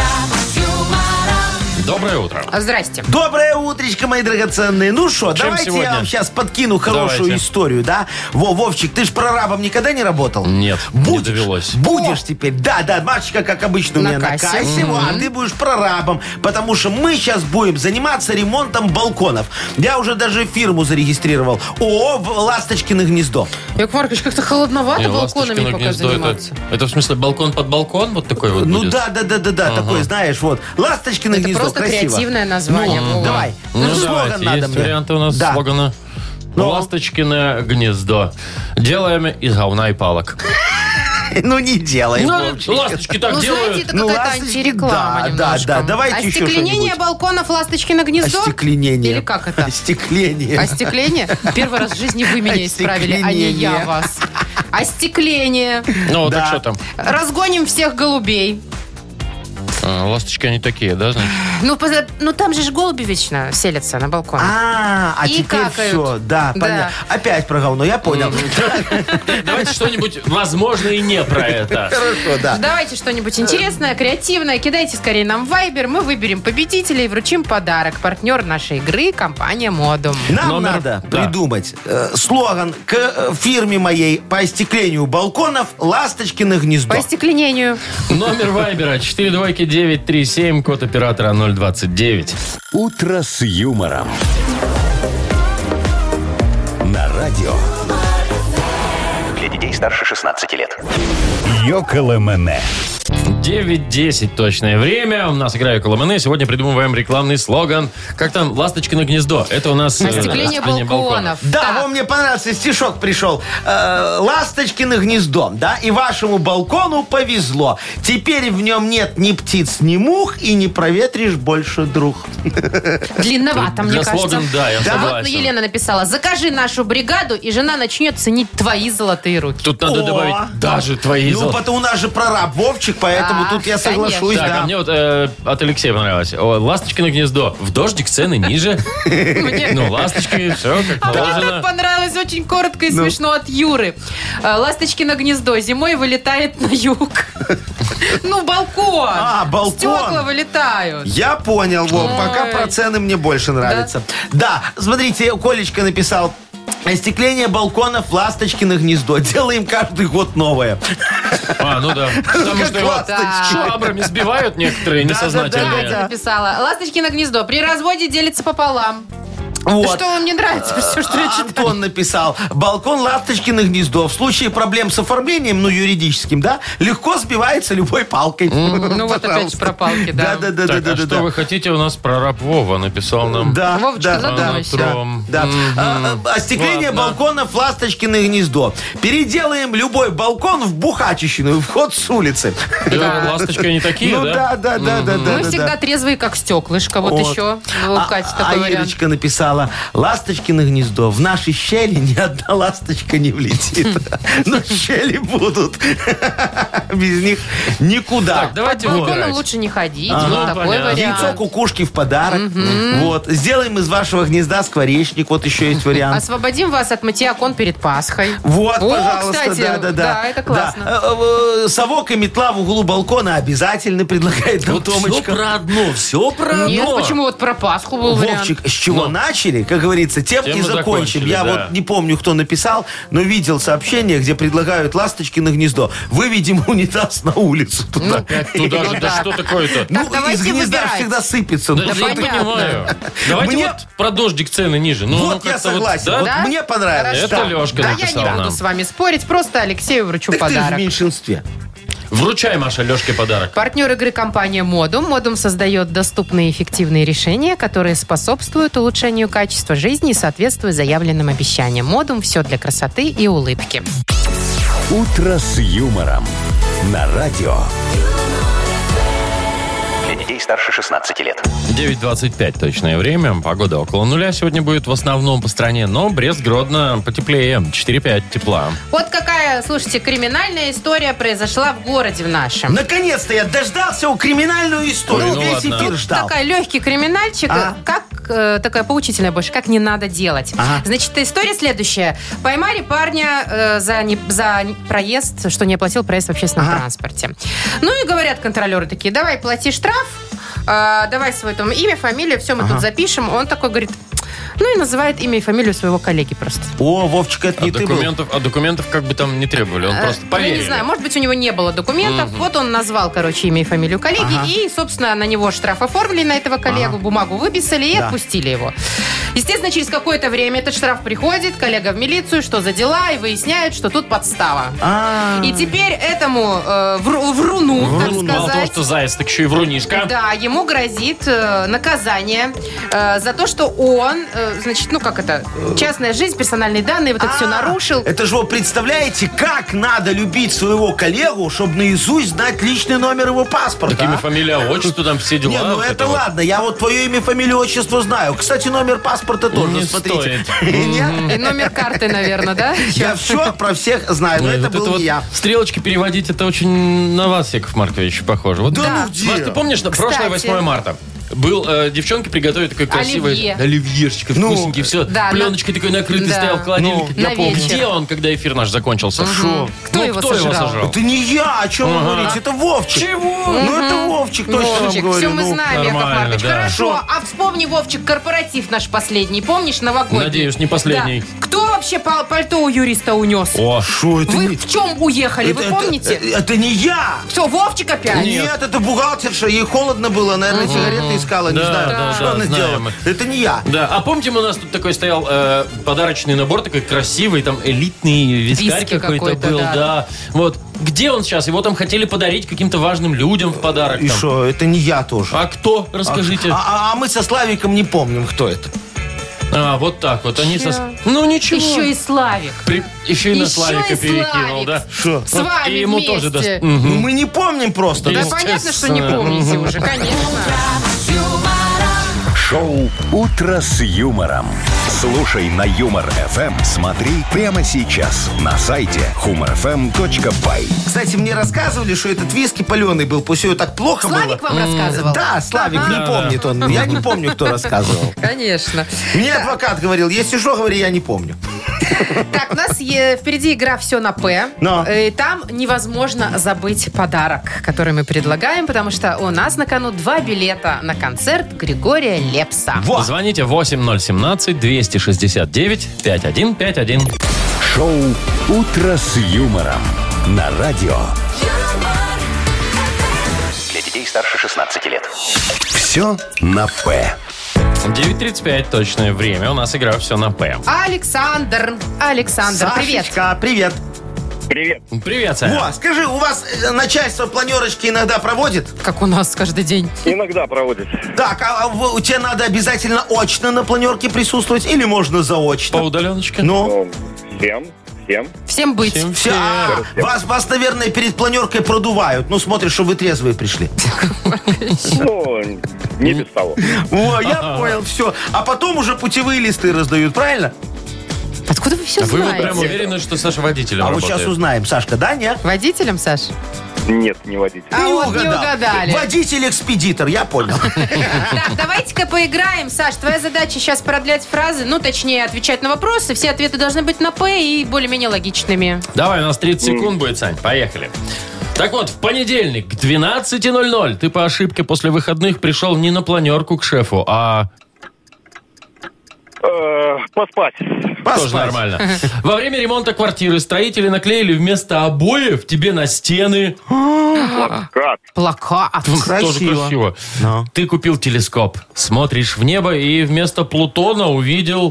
[SPEAKER 2] Доброе утро.
[SPEAKER 3] Здрасте.
[SPEAKER 4] Доброе утречко, мои драгоценные. Ну что,
[SPEAKER 2] Чем
[SPEAKER 4] давайте
[SPEAKER 2] сегодня?
[SPEAKER 4] я вам сейчас подкину хорошую
[SPEAKER 2] Давайте.
[SPEAKER 4] историю, да? Вовчик, ты ж прорабом никогда не работал?
[SPEAKER 2] Нет, не
[SPEAKER 4] Будешь?
[SPEAKER 2] довелось.
[SPEAKER 4] Будешь теперь. Да, Машечка, как обычно, у
[SPEAKER 3] На
[SPEAKER 4] меня на
[SPEAKER 3] кассе.
[SPEAKER 4] кассе. А ты будешь прорабом, потому что мы сейчас будем заниматься ремонтом балконов. Я уже даже фирму зарегистрировал. ООО «Ласточкино гнездо».
[SPEAKER 3] Яков Маркович, как-то холодновато
[SPEAKER 2] Не,
[SPEAKER 3] балконами
[SPEAKER 2] ласточкино
[SPEAKER 3] пока
[SPEAKER 2] гнездо,
[SPEAKER 3] заниматься.
[SPEAKER 2] это в смысле балкон под балкон? Вот такой вот
[SPEAKER 4] Ну
[SPEAKER 2] будет?
[SPEAKER 4] да, такой, знаешь, вот. «Ласточкино
[SPEAKER 3] Это
[SPEAKER 4] гнездо»,
[SPEAKER 3] просто
[SPEAKER 4] красиво.
[SPEAKER 3] креативное название.
[SPEAKER 4] Ну,
[SPEAKER 3] Вова.
[SPEAKER 4] давай.
[SPEAKER 2] Ну,
[SPEAKER 4] слоган
[SPEAKER 2] давайте,
[SPEAKER 4] надо
[SPEAKER 2] есть
[SPEAKER 4] мне.
[SPEAKER 2] варианты у нас
[SPEAKER 4] Да.
[SPEAKER 2] слогана.
[SPEAKER 4] Ну.
[SPEAKER 2] Ласточкино гнездо. Делаем из говна и палок.
[SPEAKER 4] Ну, не делай,
[SPEAKER 2] Ну,
[SPEAKER 4] Вовчик.
[SPEAKER 2] ласточки так
[SPEAKER 3] Ну, знаете,
[SPEAKER 2] делают.
[SPEAKER 3] это
[SPEAKER 4] Ну,
[SPEAKER 3] какая-то
[SPEAKER 4] ласточки,
[SPEAKER 3] антиреклама
[SPEAKER 4] да,
[SPEAKER 3] немножко.
[SPEAKER 4] да, давайте еще
[SPEAKER 3] Остекление
[SPEAKER 4] что-нибудь.
[SPEAKER 3] балконов «Ласточкино гнездо»?
[SPEAKER 4] Остекление.
[SPEAKER 3] Или как это?
[SPEAKER 4] Остекление.
[SPEAKER 3] Остекление? Первый раз в жизни вы меня исправили, а не я
[SPEAKER 4] Остекление.
[SPEAKER 3] вас. Остекление.
[SPEAKER 2] Ну,
[SPEAKER 4] Да.
[SPEAKER 2] так что там?
[SPEAKER 3] Разгоним всех голубей.
[SPEAKER 2] Ласточки они такие, да, значит?
[SPEAKER 3] Ну там же голуби вечно селятся на балконе.
[SPEAKER 4] А
[SPEAKER 3] И
[SPEAKER 4] теперь
[SPEAKER 3] какают.
[SPEAKER 4] все, да,
[SPEAKER 3] Да.
[SPEAKER 4] понятно. Опять про говно, я понял.
[SPEAKER 2] Давайте что-нибудь, возможно, и не про это.
[SPEAKER 4] Хорошо, да.
[SPEAKER 3] Давайте что-нибудь интересное, креативное. Кидайте скорее нам в Viber. Мы выберем победителя и вручим подарок. Партнер нашей игры — компания «Модум».
[SPEAKER 4] Нам
[SPEAKER 2] Номер-
[SPEAKER 4] надо
[SPEAKER 2] да.
[SPEAKER 4] придумать слоган к фирме моей по остеклению балконов «Ласточкино гнездо».
[SPEAKER 3] По остекленению.
[SPEAKER 2] Номер Вайбера 42937, код оператора 029.
[SPEAKER 1] «Утро с юмором». На радио
[SPEAKER 7] Для детей старше 16 лет.
[SPEAKER 1] «Йоколэмэне».
[SPEAKER 2] 9:10 точное время. У нас игра «Коломаны». Сегодня придумываем рекламный слоган. Как там? «Ласточкино гнездо». Это у нас...
[SPEAKER 3] Остекление балконов.
[SPEAKER 4] Да,
[SPEAKER 3] Так.
[SPEAKER 4] вам мне понравился стишок пришел. «Ласточкино гнездо», да, и вашему балкону повезло. Теперь в нем нет ни птиц, ни мух, и не проветришь больше, друг.
[SPEAKER 3] Длинновато, мне
[SPEAKER 2] Для
[SPEAKER 3] кажется.
[SPEAKER 2] слогана, да, я
[SPEAKER 3] Вот
[SPEAKER 2] согласен.
[SPEAKER 3] Елена написала: закажи нашу бригаду, и жена начнет ценить твои золотые руки.
[SPEAKER 2] Тут надо
[SPEAKER 4] О,
[SPEAKER 2] добавить даже твои
[SPEAKER 4] Ну,
[SPEAKER 2] золотые.
[SPEAKER 4] потому у нас же прораб Вовчик, поэтому
[SPEAKER 3] А,
[SPEAKER 4] тут я
[SPEAKER 3] конечно.
[SPEAKER 4] соглашусь,
[SPEAKER 2] Так,
[SPEAKER 4] да.
[SPEAKER 2] а мне вот от Алексея понравилось. «Ласточкино гнездо». В дождик цены ниже. Ну, ласточки, все как
[SPEAKER 3] А мне так
[SPEAKER 2] положено.
[SPEAKER 3] понравилось, очень коротко и
[SPEAKER 4] Ну.
[SPEAKER 3] смешно от Юры. Ласточкино гнездо зимой вылетает на юг. Ну, балкон.
[SPEAKER 4] А, балкон.
[SPEAKER 3] Стекла вылетают.
[SPEAKER 4] Я понял, Вов,
[SPEAKER 3] Ой.
[SPEAKER 4] пока про цены мне больше нравится. Да, смотрите, Колечка написал. Остекление балконов «Ласточкино гнездо». Делаем каждый год новое.
[SPEAKER 2] А, ну да. Потому что его
[SPEAKER 3] ласточки.
[SPEAKER 2] швабрами сбивают некоторые
[SPEAKER 4] Да,
[SPEAKER 3] Катя
[SPEAKER 2] несознательные.
[SPEAKER 3] написала: Ласточкино гнездо при разводе делится пополам.
[SPEAKER 4] Вот.
[SPEAKER 3] Что вам не нравится, все, что я читаю?
[SPEAKER 4] Антон написал: балкон Ласточкино гнездо в случае проблем с оформлением, юридическим, да, легко сбивается любой палкой.
[SPEAKER 3] Ну вот опять про палки, да.
[SPEAKER 2] Так, а что вы хотите? У нас прораб Вова написал нам.
[SPEAKER 4] Да,
[SPEAKER 3] Вовочка, задумайся.
[SPEAKER 4] да. Остекление
[SPEAKER 2] Ладно.
[SPEAKER 4] балконов Ласточкино гнездо. Переделаем любой балкон в бухачищину, вход с улицы.
[SPEAKER 2] Да, ласточки не такие,
[SPEAKER 4] Ну
[SPEAKER 2] да?
[SPEAKER 4] да.
[SPEAKER 3] Мы всегда трезвые, как стеклышко. Вот еще. Катя, такой вариант.
[SPEAKER 4] Ирочка написала: Ласточкино гнездо. В нашей щели ни одна ласточка не влетит. Но щели будут. Без них никуда.
[SPEAKER 2] Так, давайте
[SPEAKER 3] Под балконом
[SPEAKER 2] выбирать.
[SPEAKER 3] лучше не ходить.
[SPEAKER 2] Ага.
[SPEAKER 3] Вот такой
[SPEAKER 2] Понятно.
[SPEAKER 3] вариант.
[SPEAKER 4] Яйцо кукушки в подарок. Вот. Сделаем из вашего гнезда скворечник. Вот еще есть вариант.
[SPEAKER 3] Освободим вас от мытья окон перед Пасхой.
[SPEAKER 4] Вот,
[SPEAKER 3] О,
[SPEAKER 4] пожалуйста,
[SPEAKER 3] кстати,
[SPEAKER 4] да.
[SPEAKER 3] да, это классно.
[SPEAKER 4] Да. Совок и метла в углу балкона обязательно, предлагает нам
[SPEAKER 2] Вот все
[SPEAKER 4] Томочка.
[SPEAKER 2] про одно, все про одно.
[SPEAKER 3] Нет, почему вот про Пасху был вариант?
[SPEAKER 4] Вовчик, с чего начали, как говорится, тем
[SPEAKER 2] Тем
[SPEAKER 4] и
[SPEAKER 2] и
[SPEAKER 4] закончим.
[SPEAKER 2] закончили,
[SPEAKER 4] Я
[SPEAKER 2] да.
[SPEAKER 4] вот не помню, кто написал, но видел сообщение, где предлагают Ласточкино гнездо. Выведем унитаз на улицу. Туда.
[SPEAKER 2] Опять туда же, да что такое-то?
[SPEAKER 4] Ну,
[SPEAKER 3] Так, давайте
[SPEAKER 4] из гнезда
[SPEAKER 3] выбирать.
[SPEAKER 4] всегда сыпется.
[SPEAKER 2] Да,
[SPEAKER 4] Ну,
[SPEAKER 2] я
[SPEAKER 4] что
[SPEAKER 2] не
[SPEAKER 4] ты-
[SPEAKER 2] понимаю. Давайте
[SPEAKER 4] Мне-
[SPEAKER 2] вот про дождик цены ниже. Ну,
[SPEAKER 4] Вот я
[SPEAKER 2] как-то
[SPEAKER 4] согласен.
[SPEAKER 2] да?
[SPEAKER 4] Вот
[SPEAKER 3] Да?
[SPEAKER 4] мне понравилось.
[SPEAKER 2] Это
[SPEAKER 4] Да.
[SPEAKER 2] Лешка
[SPEAKER 3] Да, я
[SPEAKER 2] написал
[SPEAKER 3] не буду
[SPEAKER 2] нам.
[SPEAKER 3] с вами спорить, просто Алексею вручу
[SPEAKER 4] Так ты же в
[SPEAKER 3] подарок.
[SPEAKER 4] меньшинстве.
[SPEAKER 2] Вручай, Маша, Лешке подарок.
[SPEAKER 3] Партнер игры компания Модум. Модум создает доступные и эффективные решения, которые способствуют улучшению качества жизни и соответствуют заявленным обещаниям. Модум – все для красоты и улыбки.
[SPEAKER 1] «Утро с юмором» на радио.
[SPEAKER 7] Для детей старше 16 лет.
[SPEAKER 2] 9:25 точное время. Погода около нуля сегодня будет в основном по стране, но Брест-Гродно потеплее. 4-5 тепла.
[SPEAKER 3] Вот какая, слушайте, криминальная история произошла в городе в нашем.
[SPEAKER 4] Наконец-то я дождался криминальную историю.
[SPEAKER 2] Ну,
[SPEAKER 4] Весь
[SPEAKER 2] ладно.
[SPEAKER 4] эфир ждал.
[SPEAKER 3] Такой легкий криминальчик, такая поучительная больше, как не надо делать.
[SPEAKER 4] Ага.
[SPEAKER 3] Значит, история следующая. Поймали парня за проезд, что не оплатил проезд в общественном транспорте. Ну и говорят контролеры такие: давай плати штраф, давай свое там имя, фамилию, все мы тут запишем. Он такой говорит, ну и называет имя и фамилию своего коллеги просто.
[SPEAKER 4] О, Вовчик, это не ты был.
[SPEAKER 2] Документов как бы там не требовали. Он просто
[SPEAKER 3] Я
[SPEAKER 2] поверил.
[SPEAKER 3] не знаю, может быть, у него не было документов. Вот он назвал, имя и фамилию коллеги. И, собственно, на него штраф оформили, на этого коллегу, бумагу выписали и отпустили его. Естественно, через какое-то время этот штраф приходит, коллега в милицию, что за дела, и выясняют, что тут подстава. И теперь этому вруну, так
[SPEAKER 2] Мало того,
[SPEAKER 3] сказать,
[SPEAKER 2] что заяц, так еще и врунишка.
[SPEAKER 3] да, ему грозит наказание за то, что он, значит, частная жизнь, персональные данные, вот это все нарушил.
[SPEAKER 4] Это же вы представляете, как надо любить своего коллегу, чтобы наизусть знать личный номер его паспорта.
[SPEAKER 2] Так имя, фамилия, отчество, там все дела.
[SPEAKER 4] Не, ну
[SPEAKER 2] вот
[SPEAKER 4] это
[SPEAKER 2] вот.
[SPEAKER 4] ладно, я вот твое имя, фамилию, отчество знаю. Кстати, номер паспорта тоже,
[SPEAKER 2] Не
[SPEAKER 4] смотрите.
[SPEAKER 2] стоит.
[SPEAKER 4] Нет?
[SPEAKER 3] И номер карты, наверное, да?
[SPEAKER 4] Я все про всех знаю, но
[SPEAKER 2] Ой,
[SPEAKER 4] это
[SPEAKER 2] вот
[SPEAKER 4] был не я.
[SPEAKER 2] стрелочки переводить, это очень на вас, Яков Маркович, похоже. Вот,
[SPEAKER 4] Да
[SPEAKER 3] Да.
[SPEAKER 4] ну где?
[SPEAKER 2] Маш, ты помнишь, на прошлое
[SPEAKER 3] Кстати.
[SPEAKER 2] 8 марта был, девчонки приготовили такой красивый
[SPEAKER 3] Оливье.
[SPEAKER 2] оливьешечка,
[SPEAKER 4] Ну,
[SPEAKER 2] вкусненький, все,
[SPEAKER 3] да,
[SPEAKER 2] пленочкой такой накрытый,
[SPEAKER 3] да.
[SPEAKER 2] стоял в холодильнике.
[SPEAKER 3] Ну,
[SPEAKER 2] Я
[SPEAKER 3] на
[SPEAKER 2] помню.
[SPEAKER 3] вечер.
[SPEAKER 2] Где он, когда эфир наш закончился? Шо?
[SPEAKER 3] Кто
[SPEAKER 2] Ну,
[SPEAKER 3] его
[SPEAKER 2] кто его
[SPEAKER 3] сожрал?
[SPEAKER 2] сожрал?
[SPEAKER 4] Это не я, о чем вы говорите, это Вовчик.
[SPEAKER 2] Чего?
[SPEAKER 4] Ну это Вовчик, точно вам
[SPEAKER 3] Вовчик,
[SPEAKER 4] говорю.
[SPEAKER 3] все мы
[SPEAKER 4] ну.
[SPEAKER 3] знаем, Яков
[SPEAKER 2] нормально,
[SPEAKER 3] Маркович.
[SPEAKER 2] да.
[SPEAKER 3] Хорошо, а вспомни, Вовчик, корпоратив наш последний, помнишь, новогодний?
[SPEAKER 2] Надеюсь, не последний.
[SPEAKER 3] Да. Кто вообще пальто у юриста унес?
[SPEAKER 2] О,
[SPEAKER 4] Шо, это
[SPEAKER 3] Вы
[SPEAKER 4] не...
[SPEAKER 3] в чем уехали, вы помните?
[SPEAKER 4] Это не я.
[SPEAKER 3] Что, Вовчик опять?
[SPEAKER 4] Нет, это бухгалтерша, ей холодно было, наверное, сигареты искала, не
[SPEAKER 2] Да,
[SPEAKER 4] знаю,
[SPEAKER 2] да,
[SPEAKER 4] что
[SPEAKER 2] да,
[SPEAKER 4] она
[SPEAKER 2] знаем
[SPEAKER 4] делала.
[SPEAKER 2] мы.
[SPEAKER 4] Это не я.
[SPEAKER 2] да. А помните, у нас тут такой стоял подарочный набор, такой красивый, там элитный вискарь
[SPEAKER 3] Виски
[SPEAKER 2] какой-то
[SPEAKER 3] какой-то,
[SPEAKER 2] был,
[SPEAKER 3] да.
[SPEAKER 2] да. Вот. Где он сейчас? Его там хотели подарить каким-то важным людям в подарок.
[SPEAKER 4] И
[SPEAKER 2] там.
[SPEAKER 4] что, это не я тоже.
[SPEAKER 2] А кто? Расскажите.
[SPEAKER 4] А мы со Славиком не помним, кто это.
[SPEAKER 2] Вот так вот. Они
[SPEAKER 3] Чё?
[SPEAKER 2] Ну ничего.
[SPEAKER 3] Еще и Славик.
[SPEAKER 2] Еще и на
[SPEAKER 3] Еще
[SPEAKER 2] Славика
[SPEAKER 3] и
[SPEAKER 2] перекинул,
[SPEAKER 3] Славик.
[SPEAKER 2] да?
[SPEAKER 4] Что?
[SPEAKER 3] С вами
[SPEAKER 2] И ему
[SPEAKER 3] вместе.
[SPEAKER 2] тоже даст.
[SPEAKER 4] Ну, мы не помним просто.
[SPEAKER 3] Да
[SPEAKER 2] Естественно.
[SPEAKER 3] понятно, что не помните уже, конечно.
[SPEAKER 1] Шоу «Утро с юмором». Слушай на Юмор ФМ. Смотри прямо сейчас на сайте humorfm.by.
[SPEAKER 4] Кстати, мне рассказывали, что этот виски паленый был, пусть ее так плохо
[SPEAKER 3] Славик
[SPEAKER 4] было.
[SPEAKER 3] вам рассказывал?
[SPEAKER 4] Да, Славик,
[SPEAKER 3] Ага.
[SPEAKER 4] не помнит он. Я не помню, кто рассказывал.
[SPEAKER 3] Конечно.
[SPEAKER 4] Мне адвокат говорил, если что, говори, я не помню.
[SPEAKER 3] Так, у нас впереди игра «Все на П».
[SPEAKER 4] Но.
[SPEAKER 3] И там невозможно забыть подарок, который мы предлагаем, потому что у нас на кону 2 билета на концерт Григория Лепса.
[SPEAKER 4] Во!
[SPEAKER 2] Звоните 8017-269-5151.
[SPEAKER 1] Шоу «Утро с юмором» на радио.
[SPEAKER 7] Для детей старше 16 лет.
[SPEAKER 1] Все на «П».
[SPEAKER 2] 9:35 точное время. У нас игра «Все на П».
[SPEAKER 3] Александр, привет.
[SPEAKER 4] Сашечка, привет.
[SPEAKER 5] Привет.
[SPEAKER 2] Привет, Саня.
[SPEAKER 4] Во, скажи, у вас начальство планерочки иногда проводит?
[SPEAKER 3] Как у нас каждый день.
[SPEAKER 5] Иногда проводит.
[SPEAKER 4] Так, тебе надо обязательно очно на планерке присутствовать или можно
[SPEAKER 2] По
[SPEAKER 4] заочно?
[SPEAKER 2] удаленочке?
[SPEAKER 4] Ну,
[SPEAKER 3] Всем быть.
[SPEAKER 4] все. Вас, наверное, перед планеркой продувают. Ну, смотришь, что вы трезвые пришли.
[SPEAKER 5] Ну, не без того.
[SPEAKER 4] О, я понял, все. А потом уже путевые листы раздают, правильно?
[SPEAKER 3] Откуда вы все
[SPEAKER 2] Вы вот
[SPEAKER 3] знаете?
[SPEAKER 2] прям уверены, что Саша водителем
[SPEAKER 4] А вот
[SPEAKER 2] работает?
[SPEAKER 4] сейчас узнаем. Сашка, да, нет?
[SPEAKER 3] Водителем, Саш?
[SPEAKER 5] Нет, не водитель.
[SPEAKER 3] А вот не угадали.
[SPEAKER 4] Водитель-экспедитор, я понял.
[SPEAKER 3] Так, давайте-ка поиграем. Саш, твоя задача сейчас продлять фразы, ну, точнее, отвечать на вопросы. Все ответы должны быть на «П» и более-менее логичными.
[SPEAKER 2] Давай, у нас 30 секунд будет, Сань. Поехали. Так вот, в понедельник к 12:00 ты по ошибке после выходных пришел не на планерку к шефу, а...
[SPEAKER 5] Поспать.
[SPEAKER 2] Тоже нормально. Во время ремонта квартиры строители наклеили вместо обоев тебе на стены...
[SPEAKER 5] Как?
[SPEAKER 3] Плакат.
[SPEAKER 2] Тоже красиво.
[SPEAKER 4] Ну.
[SPEAKER 2] Ты купил телескоп, смотришь в небо и вместо Плутона увидел...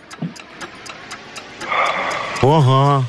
[SPEAKER 4] Ага.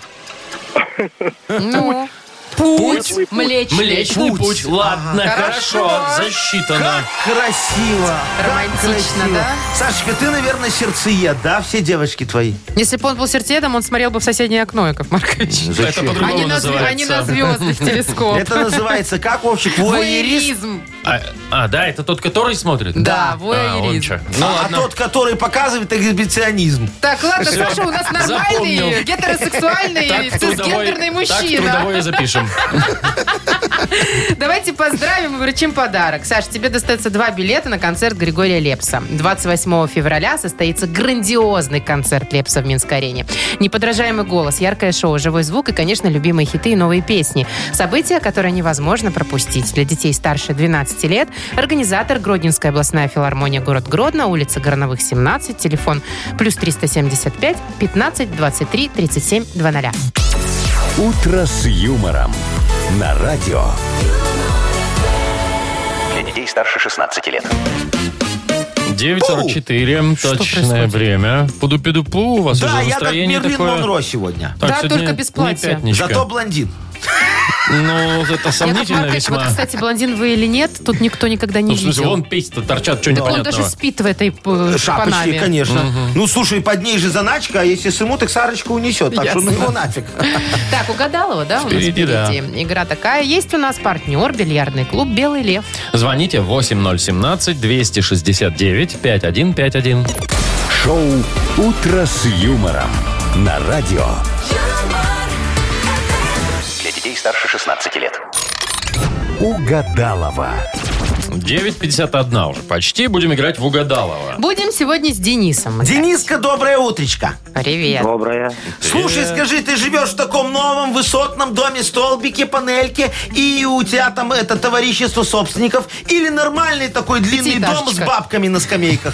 [SPEAKER 3] Ну, путь,
[SPEAKER 2] Млечный путь. Ладно,
[SPEAKER 3] Хорошо.
[SPEAKER 2] хорошо, засчитано.
[SPEAKER 4] Красиво.
[SPEAKER 3] Романтично, да?
[SPEAKER 4] Сашечка, ты, наверное, сердцеед, да? Все девочки твои.
[SPEAKER 3] Если бы он был сердцеедом, он смотрел бы в соседнее окно, Яков Маркович.
[SPEAKER 2] Это по-другому
[SPEAKER 3] А не на
[SPEAKER 2] называется.
[SPEAKER 3] звезды в телескоп.
[SPEAKER 4] Это называется, как, Вовчик, воеризм?
[SPEAKER 3] Воеризм.
[SPEAKER 2] Да, это тот, который смотрит?
[SPEAKER 3] Да,
[SPEAKER 2] он
[SPEAKER 3] воеризм.
[SPEAKER 2] чё? Ну
[SPEAKER 4] А
[SPEAKER 2] ладно.
[SPEAKER 4] тот, который показывает эксгибиционизм.
[SPEAKER 3] Так, ладно, Саша, у нас нормальный,
[SPEAKER 2] Запомнил.
[SPEAKER 3] гетеросексуальный,
[SPEAKER 2] Так в
[SPEAKER 3] цисгендерный
[SPEAKER 2] трудовой
[SPEAKER 3] мужчина.
[SPEAKER 2] запишем.
[SPEAKER 3] Давайте поздравим и вручим подарок. Саш, тебе достается 2 билета на концерт Григория Лепса. 28 февраля состоится грандиозный концерт Лепса в Минск-арене. Неподражаемый голос, яркое шоу, живой звук и, конечно, любимые хиты и новые песни. Событие, которое невозможно пропустить. Для детей старше 12 лет организатор Гродненская областная филармония город Гродно, улица Горновых, 17, телефон +375 15 23 37 00.
[SPEAKER 1] «Утро с юмором» на радио.
[SPEAKER 7] Для детей старше 16 лет.
[SPEAKER 2] 9:44, точное время. Пуду-пиду-пу, у вас
[SPEAKER 4] Да,
[SPEAKER 2] уже
[SPEAKER 4] я как
[SPEAKER 2] настроение
[SPEAKER 4] Мерлин
[SPEAKER 2] такое.
[SPEAKER 4] Монро сегодня.
[SPEAKER 2] Так,
[SPEAKER 3] Да,
[SPEAKER 2] сегодня
[SPEAKER 3] только без
[SPEAKER 2] не
[SPEAKER 3] платья.
[SPEAKER 2] пятничка.
[SPEAKER 4] Зато блондин.
[SPEAKER 2] Ну, это
[SPEAKER 3] Яков
[SPEAKER 2] сомнительно
[SPEAKER 3] Маркович,
[SPEAKER 2] весьма.
[SPEAKER 3] вот, кстати, блондин вы или нет, тут никто никогда не
[SPEAKER 2] Ну, в смысле,
[SPEAKER 3] видел.
[SPEAKER 2] вон песнь-то торчат, что
[SPEAKER 3] Так он
[SPEAKER 2] непонятного.
[SPEAKER 3] даже спит в этой
[SPEAKER 4] Шапочки,
[SPEAKER 3] панаме.
[SPEAKER 4] конечно. Ну, слушай, под ней же заначка, а если сыму, так Сарочка унесет. Так что ну его нафиг.
[SPEAKER 3] Так, угадала, да, у нас
[SPEAKER 2] Впереди, да.
[SPEAKER 3] Игра такая. Есть у нас партнер, бильярдный клуб «Белый лев».
[SPEAKER 2] Звоните 8017-269-5151.
[SPEAKER 1] Шоу «Утро с юмором» на радио.
[SPEAKER 7] Для детей старше 16 лет.
[SPEAKER 1] Угадалова.
[SPEAKER 2] 9:51 уже почти. Будем играть в Угадалова.
[SPEAKER 3] Будем сегодня с Денисом.
[SPEAKER 4] Дениска, доброе утречко.
[SPEAKER 3] Привет.
[SPEAKER 6] Доброе.
[SPEAKER 4] Слушай, скажи, ты живешь в таком новом высотном доме, столбики, панельки, и у тебя там это товарищество собственников, или нормальный такой длинный дом с
[SPEAKER 3] Пятиэтажечка.
[SPEAKER 4] бабками на скамейках?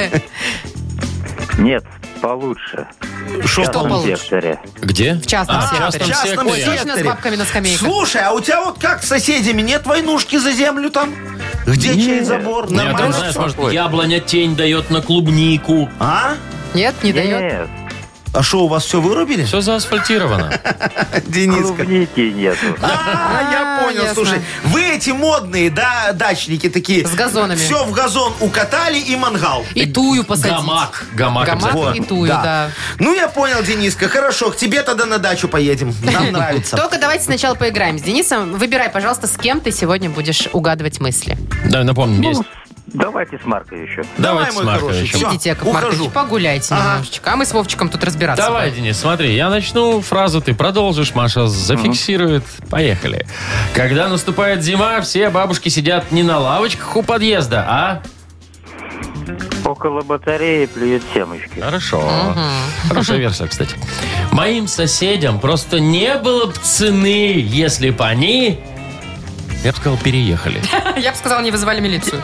[SPEAKER 6] Нет, получше.
[SPEAKER 4] Что
[SPEAKER 6] В частном
[SPEAKER 3] получше?
[SPEAKER 6] секторе.
[SPEAKER 2] Где?
[SPEAKER 3] В частном
[SPEAKER 2] в
[SPEAKER 3] секторе.
[SPEAKER 2] частном
[SPEAKER 4] В частном
[SPEAKER 2] секторе.
[SPEAKER 3] секторе. Точно с бабками на скамейках.
[SPEAKER 4] Слушай, а у тебя вот как с соседями? Нет войнушки за землю там? Где чей забор?
[SPEAKER 2] Нет, там,
[SPEAKER 4] Нормально
[SPEAKER 2] знаешь,
[SPEAKER 4] всё?
[SPEAKER 2] может, яблоня тень дает на клубнику.
[SPEAKER 4] А?
[SPEAKER 3] Нет, не дает?
[SPEAKER 6] Нет,
[SPEAKER 4] А что, у вас все вырубили?
[SPEAKER 2] Все заасфальтировано.
[SPEAKER 4] Дениска.
[SPEAKER 6] клубники нету.
[SPEAKER 4] Я понял,
[SPEAKER 3] ясно.
[SPEAKER 4] слушай. Вы эти модные, да, дачники такие.
[SPEAKER 3] С газонами.
[SPEAKER 4] Все в газон укатали и мангал.
[SPEAKER 3] И тую посадить.
[SPEAKER 2] Гамак
[SPEAKER 3] Гамак
[SPEAKER 2] обязательно.
[SPEAKER 3] и тую, да.
[SPEAKER 4] Ну, я понял, Дениска. Хорошо, к тебе тогда на дачу поедем. Нам нравится.
[SPEAKER 3] Только давайте сначала поиграем с Денисом. Выбирай, пожалуйста, с кем ты сегодня будешь угадывать мысли.
[SPEAKER 2] Да, напомню, есть.
[SPEAKER 6] Давайте с Марковичем.
[SPEAKER 2] Давайте с
[SPEAKER 4] мой хороший.
[SPEAKER 2] Марковичем.
[SPEAKER 4] Всё,
[SPEAKER 3] Идите, Яков
[SPEAKER 4] ухожу.
[SPEAKER 3] Маркович, погуляйте немножечко. А мы с Вовчиком тут разбираться
[SPEAKER 2] Давай,
[SPEAKER 3] будем.
[SPEAKER 2] Денис, смотри, я начну фразу, ты продолжишь, Маша зафиксирует. Поехали. Когда наступает зима, все бабушки сидят не на лавочках у подъезда, а...
[SPEAKER 6] Около батареи плюют семечки.
[SPEAKER 2] Хорошо. Хорошая версия, кстати. Моим соседям просто не было бы цены, если бы они... Я бы сказал, переехали.
[SPEAKER 3] Я бы сказала, не вызывали милицию.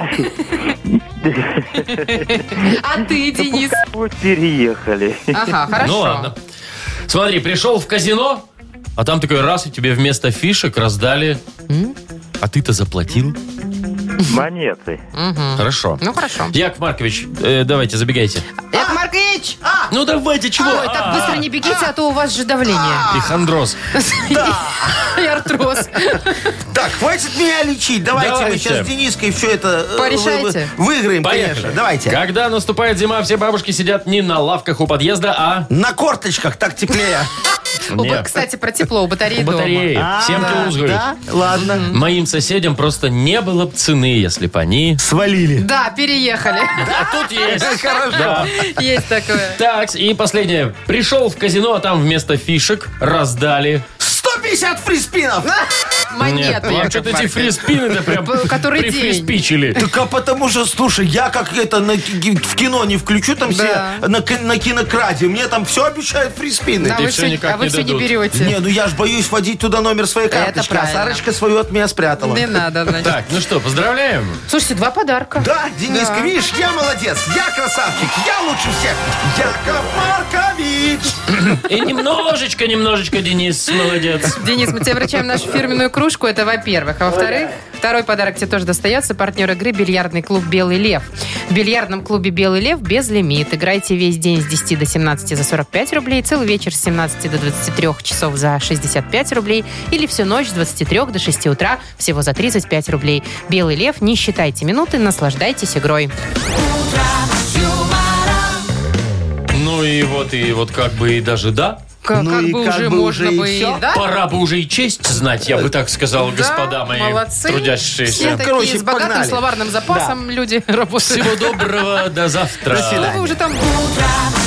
[SPEAKER 3] А ты, Денис?
[SPEAKER 6] Вот переехали.
[SPEAKER 3] Ага, хорошо.
[SPEAKER 2] Ну ладно. Смотри, пришел в казино, а там такой раз, и тебе вместо фишек раздали... А ты-то заплатил?
[SPEAKER 6] Монеты.
[SPEAKER 2] Хорошо.
[SPEAKER 3] Ну, хорошо.
[SPEAKER 2] Яков Маркович, давайте, забегайте.
[SPEAKER 3] Яков Маркович!
[SPEAKER 2] Ну, давайте, чего?
[SPEAKER 3] Ой, так быстро не бегите, а то у вас же давление.
[SPEAKER 2] И хондроз.
[SPEAKER 3] И артроз.
[SPEAKER 4] Так, хватит меня лечить. Давайте мы
[SPEAKER 2] Давайте.
[SPEAKER 4] сейчас с Дениской все это
[SPEAKER 3] Порешайте.
[SPEAKER 4] выиграем,
[SPEAKER 2] Поехали.
[SPEAKER 4] конечно. Давайте.
[SPEAKER 2] Когда наступает зима, все бабушки сидят не на лавках у подъезда, а...
[SPEAKER 4] На корточках, так теплее.
[SPEAKER 2] Нет.
[SPEAKER 3] Кстати, про тепло у батареи
[SPEAKER 2] У
[SPEAKER 3] дома.
[SPEAKER 2] батареи. Всем лузгают.
[SPEAKER 4] Да? Ладно.
[SPEAKER 2] Моим соседям просто не было бы цены, если бы они...
[SPEAKER 4] Свалили.
[SPEAKER 3] Да, переехали.
[SPEAKER 2] А тут есть. Да.
[SPEAKER 3] Есть такое.
[SPEAKER 2] Так, и последнее. Пришел в казино, а там вместо фишек раздали...
[SPEAKER 4] 150 фриспинов.
[SPEAKER 3] Монеты,
[SPEAKER 2] вам
[SPEAKER 3] Яков
[SPEAKER 2] что-то эти
[SPEAKER 3] Маркович.
[SPEAKER 2] фриспины-то прям
[SPEAKER 3] Который день.
[SPEAKER 2] прифриспичили.
[SPEAKER 4] Так а потому что, слушай, я как это в кино не включу там
[SPEAKER 3] Да.
[SPEAKER 4] все на кинокраде. Мне там все обещают фриспины.
[SPEAKER 3] А вы
[SPEAKER 2] всё
[SPEAKER 3] все
[SPEAKER 2] никак не
[SPEAKER 3] не
[SPEAKER 2] дадут.
[SPEAKER 3] берете.
[SPEAKER 4] Не, ну я ж боюсь вводить туда номер своей
[SPEAKER 3] Это
[SPEAKER 4] карточки, а
[SPEAKER 3] правильно.
[SPEAKER 4] Сарочка свою от меня спрятала.
[SPEAKER 3] Не надо, значит.
[SPEAKER 2] Так, ну что, поздравляем.
[SPEAKER 3] Слушайте, 2 подарка.
[SPEAKER 4] Да, Дениска,
[SPEAKER 3] Да.
[SPEAKER 4] видишь, я молодец, я красавчик, я лучше всех. Яков Маркович.
[SPEAKER 2] И немножечко, Денис, молодец.
[SPEAKER 3] Денис, мы тебе вручаем нашу фирменную кружку. Это во-первых. А во-вторых, второй подарок тебе тоже достается. Партнер игры «Бильярдный клуб «Белый лев». В бильярдном клубе «Белый лев» без лимит. Играйте весь день с 10 до 17 за 45 рублей, целый вечер с 17 до 23 часов за 65 рублей или всю ночь с 23 до 6 утра всего за 35 рублей. «Белый лев», не считайте минуты, наслаждайтесь игрой.
[SPEAKER 2] Ну и вот как бы и даже да.
[SPEAKER 3] Как
[SPEAKER 4] Ну и
[SPEAKER 3] бы
[SPEAKER 4] как
[SPEAKER 3] уже
[SPEAKER 4] бы
[SPEAKER 3] можно
[SPEAKER 4] уже и
[SPEAKER 3] бы и,
[SPEAKER 4] всё.
[SPEAKER 3] да?
[SPEAKER 2] Пора бы уже и честь знать, я бы так сказал, господа мои
[SPEAKER 3] молодцы.
[SPEAKER 2] трудящиеся.
[SPEAKER 3] Все такие
[SPEAKER 4] Короче,
[SPEAKER 3] с богатым
[SPEAKER 4] погнали.
[SPEAKER 3] словарным запасом люди работают.
[SPEAKER 2] Всего доброго, до завтра.
[SPEAKER 4] До свидания.
[SPEAKER 3] Вы уже там...